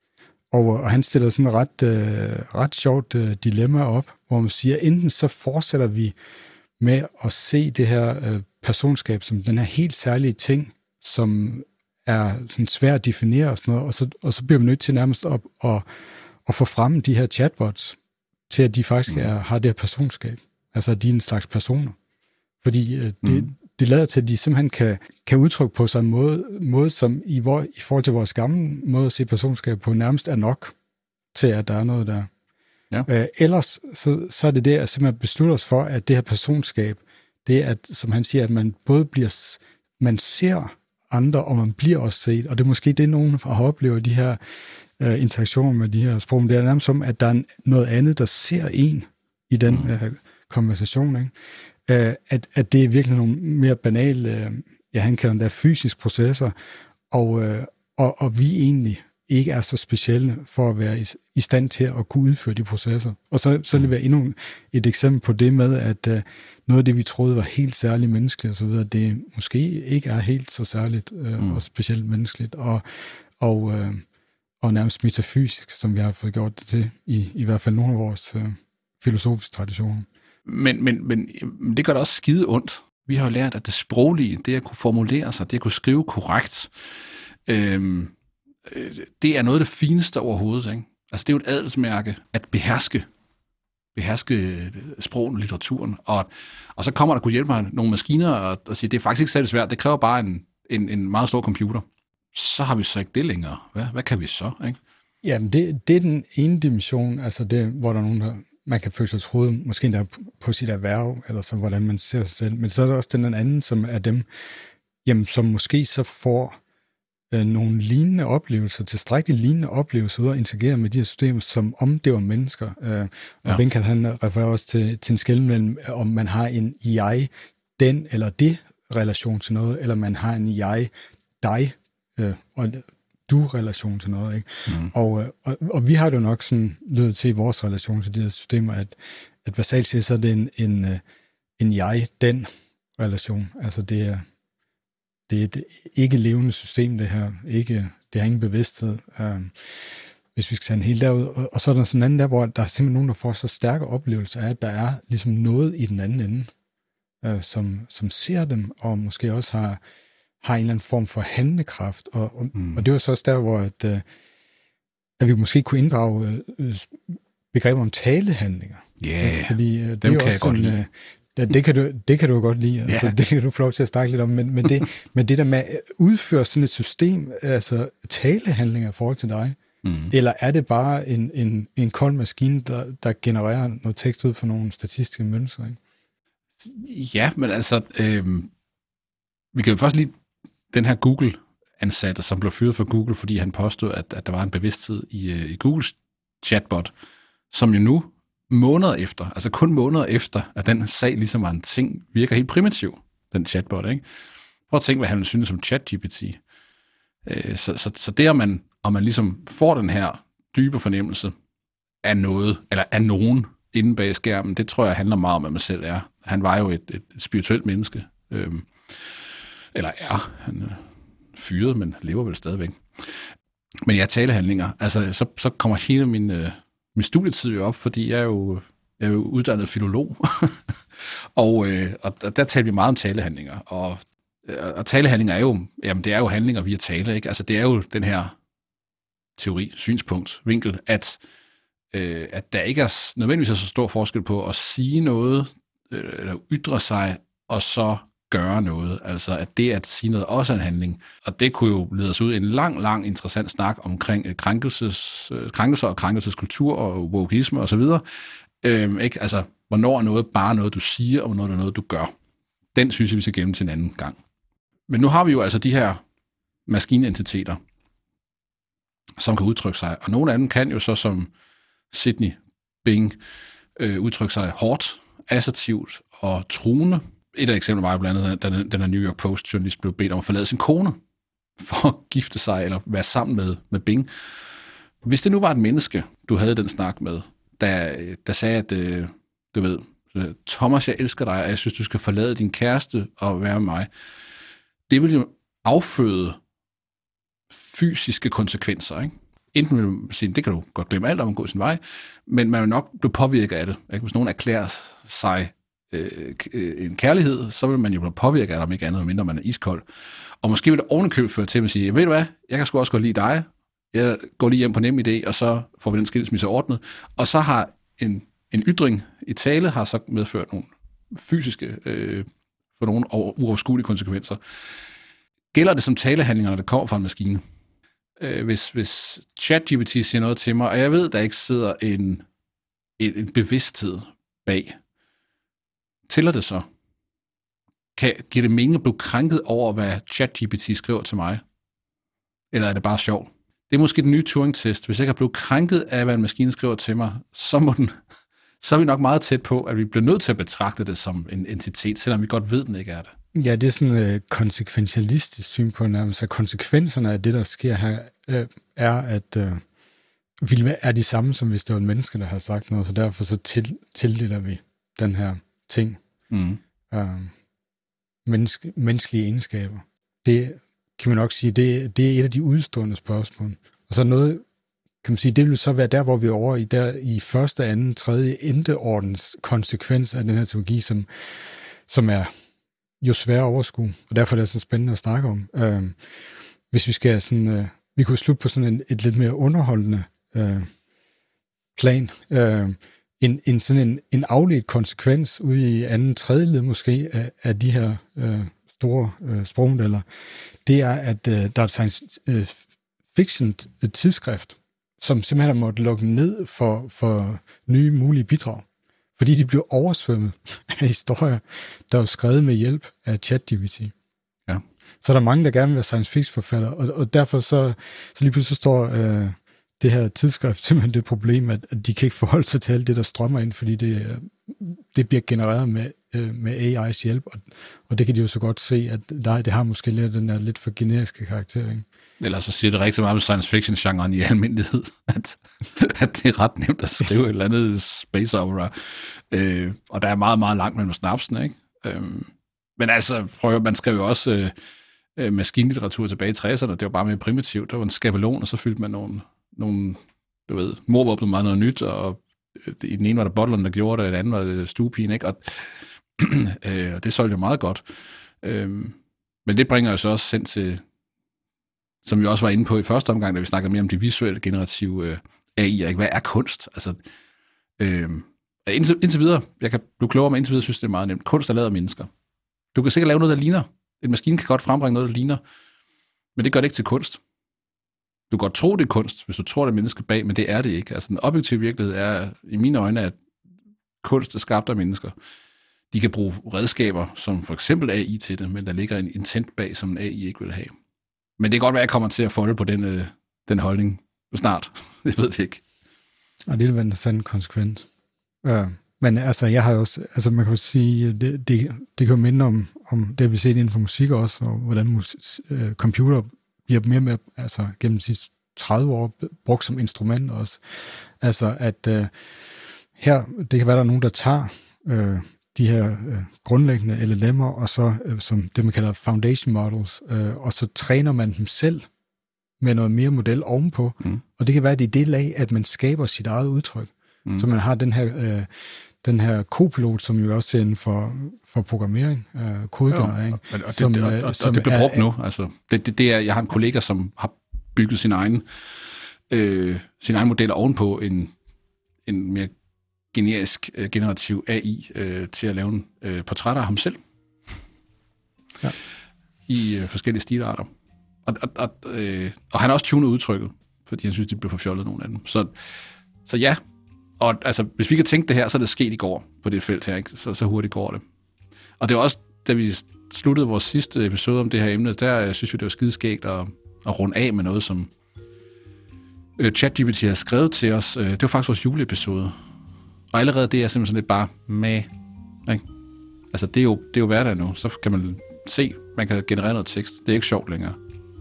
Og, og han stiller sådan et ret, øh, ret sjovt øh, dilemma op, hvor man siger, enten så fortsætter vi med at se det her øh, personskab som den her helt særlige ting, som er sådan svært at definere og sådan noget, og så, og så bliver vi nødt til nærmest at, at, at få frem de her chatbots til, at de faktisk er, har det her personskab. Altså, at de er en slags personer. Fordi øh, det, mm. det lader til, at de simpelthen kan, kan udtrykke på sig en måde, måde som i, hvor, i forhold til vores gamle måde at se personskab på, nærmest er nok til, at der er noget der. Ja. Øh, ellers så, så er det det, at simpelthen beslutte os for, at det her personskab, det er, at, som han siger, at man både bliver, man ser andre, og man bliver også set, og det er måske det, nogen har oplevet, de her øh, interaktioner med de her sprog, men det er nærmest som, at der er noget andet, der ser en i den mm. øh, konversation, ikke? Øh, at, at det er virkelig nogle mere banale, øh, ja, han kalder der fysiske processer, og, øh, og, og vi egentlig ikke er så specielle for at være i, i stand til at kunne udføre de processer. Og så, så vil det være endnu et eksempel på det med, at øh, noget af det, vi troede var helt særligt menneskeligt og så videre, det måske ikke er helt så særligt øh, mm. og specielt menneskeligt, og, og, øh, og nærmest metafysisk, som vi har fået gjort det til, i, i hvert fald nogle af vores øh, filosofiske traditioner. Men, men, men det gør det også skide ondt. Vi har jo lært, at det sproglige, det at kunne formulere sig, det at kunne skrive korrekt, øh, det er noget af det fineste overhovedet, ikke? Altså, det er jo et adelsmærke at beherske, beherske sprogen og litteraturen. Og, og så kommer der kunne hjælpe mig nogle maskiner og, og sige, det er faktisk ikke særlig svært, det kræver bare en, en, en meget stor computer. Så har vi så ikke det længere. Hvad, hvad kan vi så, ikke? Jamen, det, det er den ene dimension, altså det, hvor der er nogen, der man kan føle sig troet, måske endda på sit erhverv, eller så hvordan man ser sig selv. Men så er der også den anden, som er dem, jamen, som måske så får øh, nogle lignende oplevelser, tilstrækkeligt lignende oplevelser ud at interagere med de her systemer, som om det var mennesker. Øh, og ja. Venkat, han refererer også til, til en skelnen mellem, om man har en jeg, den eller det relation til noget, eller man har en jeg, dig, øh, og du-relation til noget, ikke? Mm. Og, og, og vi har det jo nok sådan løbet til i vores relation til de her systemer, at, at basalt set, så er det en, en, en jeg-den-relation. Altså det er, det er et ikke levende system, det her. Ikke, det har ingen bevidsthed. hvis vi skal tage en helt derud. Og, og så er der sådan en anden der, hvor der er simpelthen nogen, der får så stærke oplevelser af, at der er ligesom noget i den anden ende, øh, som, som ser dem, og måske også har, har en eller anden form for handlekraft. Og, og, mm. og det var så også der, hvor at, øh, at vi måske kunne inddrage øh, begreber om talehandlinger. Ja, yeah, fordi øh, det dem er kan også jeg godt sådan, lide. Øh, det, det, kan du, det kan du godt lide, altså, yeah. det kan du få lov til at snakke lidt om, men, men, det, men det der med at udføre sådan et system, altså talehandlinger i forhold til dig, mm. eller er det bare en, en, en kold maskine, der, der genererer noget tekst ud for nogle statistiske mønstre? Ikke? Ja, men altså, øh, vi kan jo først lige den her Google-ansatte, som blev fyret for Google, fordi han påstod, at, at der var en bevidsthed i, øh, i Googles chatbot, som jo nu, måneder efter, altså kun måneder efter, at den sag ligesom var en ting, virker helt primitiv, den chatbot, ikke? Prøv at tænke, hvad han synes om ChatGPT. Øh, så, så, så det, at man, om man ligesom får den her dybe fornemmelse af noget, eller af nogen inde bag skærmen, det tror jeg handler meget om, hvad man selv er. Han var jo et, et spirituelt menneske, øh, eller er, han er fyret, men lever vel stadigvæk. Men ja, talehandlinger, altså så, så kommer hele min... Øh, min studietid jo op, fordi jeg er jo, jeg er jo uddannet filolog, og, øh, og der taler vi meget om talehandlinger, og, og talehandlinger er jo, jamen det er jo handlinger via tale, ikke? Altså det er jo den her teori, synspunkt, vinkel, at, øh, at der ikke er nødvendigvis er så stor forskel på at sige noget, øh, eller ytre sig, og så gøre noget. Altså at det at sige noget også er en handling. Og det kunne jo lede os ud i en lang, lang interessant snak omkring krænkelses, krænkelser og krænkelseskultur og wokeisme og så videre. Øhm, ikke? Altså, hvornår er noget bare noget, du siger, og hvornår er noget, du gør. Den synes jeg, vi skal gemme til en anden gang. Men nu har vi jo altså de her maskinentiteter, som kan udtrykke sig. Og nogle af dem kan jo så som Sydney Bing øh, udtrykke sig hårdt, assertivt og truende. Et af eksemplerne var jo blandt andet, da den her New York Post-journalist blev bedt om at forlade sin kone for at gifte sig eller være sammen med, med Bing. Hvis det nu var et menneske, du havde den snak med, der, der sagde, at øh, du ved, Thomas, jeg elsker dig, og jeg synes, du skal forlade din kæreste og være med mig, det vil jo afføde fysiske konsekvenser, ikke? Enten vil man sige, det kan du godt glemme alt om at gå sin vej, men man vil nok blive påvirket af det. Ikke? Hvis nogen erklærer sig en kærlighed, så vil man jo blive påvirket af det, om ikke andet, mindre man er iskold. Og måske vil det ovenikøbet føre til, at man siger, ved du hvad, jeg kan sgu også godt lide dig, jeg går lige hjem på NemID, og så får vi den skilsmisse ordnet. Og så har en, en ytring i tale, har så medført nogle fysiske, øh, for nogle uoverskuelige konsekvenser. Gælder det som talehandlinger, når det kommer fra en maskine? Øh, hvis, hvis ChatGPT siger noget til mig, og jeg ved, der ikke sidder en, en, en bevidsthed bag, tæller det så? Kan, giver det mening at blive krænket over, hvad ChatGPT skriver til mig? Eller er det bare sjovt? Det er måske den nye Turing-test. Hvis jeg kan blive krænket af, hvad en maskine skriver til mig, så, må den, så er vi nok meget tæt på, at vi bliver nødt til at betragte det som en entitet, selvom vi godt ved, at den ikke er det. Ja, det er sådan et øh, konsekventialistisk syn på nærmest, at konsekvenserne af det, der sker her, øh, er, at øh, vi er de samme, som hvis det var en menneske, der har sagt noget, så derfor så til, tildeler vi den her ting. Mm. Øh, menneske, menneskelige egenskaber. Det kan man nok sige, det, det er et af de udstående spørgsmål. Og så noget, kan man sige, det vil så være der, hvor vi er over i, der, i første, anden, tredje endeordens konsekvens af den her teknologi, som, som er jo svær at overskue. Og derfor er det så spændende at snakke om. Øh, hvis vi skal sådan, øh, vi kunne slutte på sådan en, et lidt mere underholdende øh, plan. Øh, En, en sådan en, en afledt konsekvens ude i anden, tredje led måske af, af de her øh, store øh, sprogmodeller, det er, at øh, der er et science øh, fiction tidsskrift, som simpelthen har måttet lukke ned for, for nye mulige bidrag, fordi de blev oversvømmet af historier, der er skrevet med hjælp af ChatGPT. Ja. Så der er mange, der gerne vil være science fiction forfatter, og, og derfor så, så lige pludselig så står øh, det her tidsskrift simpelthen det problem, at, at de kan ikke forholde sig til alt det, der strømmer ind, fordi det, det bliver genereret med, øh, med A I's hjælp, og, og det kan de jo så godt se, at der, det har måske lidt den der lidt for generiske karakter, ikke? Eller så siger det rigtig meget om science fiction-genren i almindelighed, at, at det er ret nemt at skrive et eller andet space opera. Øh, og der er meget, meget langt mellem snapsen, ikke? Øh, men altså, prøv, man skrev jo også øh, maskinlitteratur tilbage i tresserne, det var bare mere primitivt. Der var en skabelon, og så fyldte man nogle, nogle du ved, mor var blevet meget noget nyt, og i den ene var der bottleren, der gjorde det, og i den anden var det stuepigen, ikke? Og øh, det solgte jo meget godt. Øh, men det bringer jo så også hen til, som vi også var inde på i første omgang, da vi snakkede mere om de visuelle generative øh, A I'er, ikke? Hvad er kunst? Altså, øh, indtil, indtil videre, jeg kan blive klogere, men indtil videre synes det er meget nemt. Kunst er lavet af mennesker. Du kan sikkert lave noget, der ligner. En maskine kan godt frembringe noget, der ligner, men det gør det ikke til kunst. Du kan godt tro, det er kunst, hvis du tror, det er mennesker bag, men det er det ikke. Altså, den objektive virkelighed er, i mine øjne, at kunst er skabt af mennesker. De kan bruge redskaber, som for eksempel A I til det, men der ligger en intent bag, som en A I ikke vil have. Men det kan godt være, at jeg kommer til at folde på den, øh, den holdning snart. Jeg ved det ikke. Og det vil være en sand konsekvens. Øh, men altså, jeg har jo også, altså man kan jo sige, det, det, det kan jo minde om, om det, vi ser inden for musik også, og hvordan musik, øh, computer bliver mere med, altså gennem de sidste tredive år, brugt som instrument også. Altså, at øh, her, det kan være, der er nogen, der tager øh, de her øh, grundlæggende L L M'er, og så, øh, som det man kalder foundation models, øh, og så træner man dem selv med noget mere model ovenpå, mm. og det kan være, at det er det lag, at man skaber sit eget udtryk. Mm. Så man har den her, øh, den her kopilot, som jo også er inden for, for programmering, øh, kodegenerering. Ja, og, og, som, det, og, og, som og det bliver brugt er, nu. Altså, det, det, det er, jeg har en kollega, som har bygget sin egen, øh, sin egen modeller ovenpå en, en mere generisk, øh, generativ A I øh, til at lave en øh, portræt af ham selv. Ja. I øh, forskellige stilarter. Og, og, og, øh, og han har også tunet udtrykket, fordi han synes, det blev for fjollet, nogle af dem. Så, så ja, og altså, hvis vi kan tænke det her, så er det sket i går på det felt her, ikke? Så, så hurtigt går det. Og det var også, da vi sluttede vores sidste episode om det her emne, der synes vi, det var skideskægt at, at runde af med noget, som øh, ChatGPT har skrevet til os. Det var faktisk vores juleepisode. Og allerede det er simpelthen sådan lidt bare med. Ikke? Altså, det er, jo, det er jo hverdag nu. Så kan man se, man kan generere noget tekst. Det er ikke sjovt længere.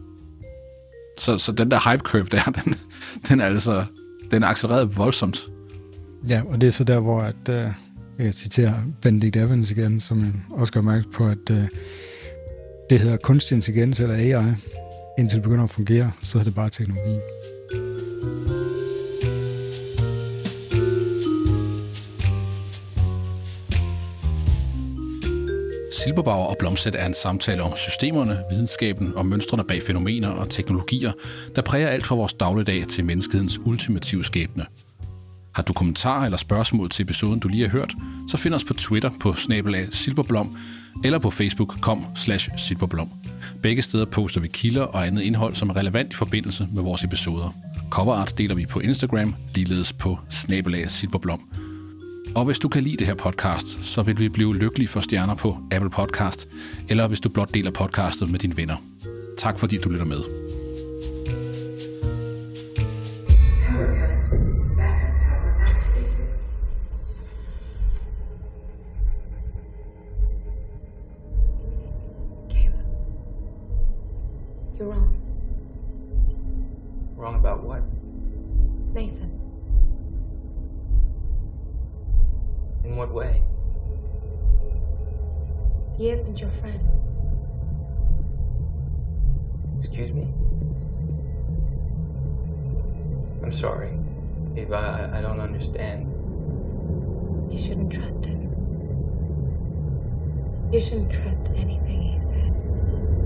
Så, så den der hype curve der, den, den er altså, den er accelereret voldsomt. Ja, og det er så der, hvor at, uh, jeg kan citere Benedict Evans igen, som også gør opmærksom på, at uh, det hedder kunstig intelligens eller A I. Indtil det begynder at fungere, så er det bare teknologi. Silberbauer og Blomstedt er en samtale om systemerne, videnskaben og mønstrene bag fænomener og teknologier, der præger alt fra vores dagligdag til menneskehedens ultimative skæbne. Har du kommentarer eller spørgsmål til episoden, du lige har hørt, så find os på Twitter på snabel-a silberblom eller på Facebook punktum com slash silberblom. Begge steder poster vi kilder og andet indhold, som er relevant i forbindelse med vores episoder. Coverart deler vi på Instagram, ligeledes på snabel-a silberblom. Og hvis du kan lide det her podcast, så vil vi blive lykkelige for stjerner på Apple Podcast, eller hvis du blot deler podcastet med dine venner. Tak fordi du lytter med. Caleb, you're wrong. Wrong about what? Nathan. In what way? He isn't your friend. Excuse me? I'm sorry. Eva, I, I don't understand. You shouldn't trust him. You shouldn't trust anything he says.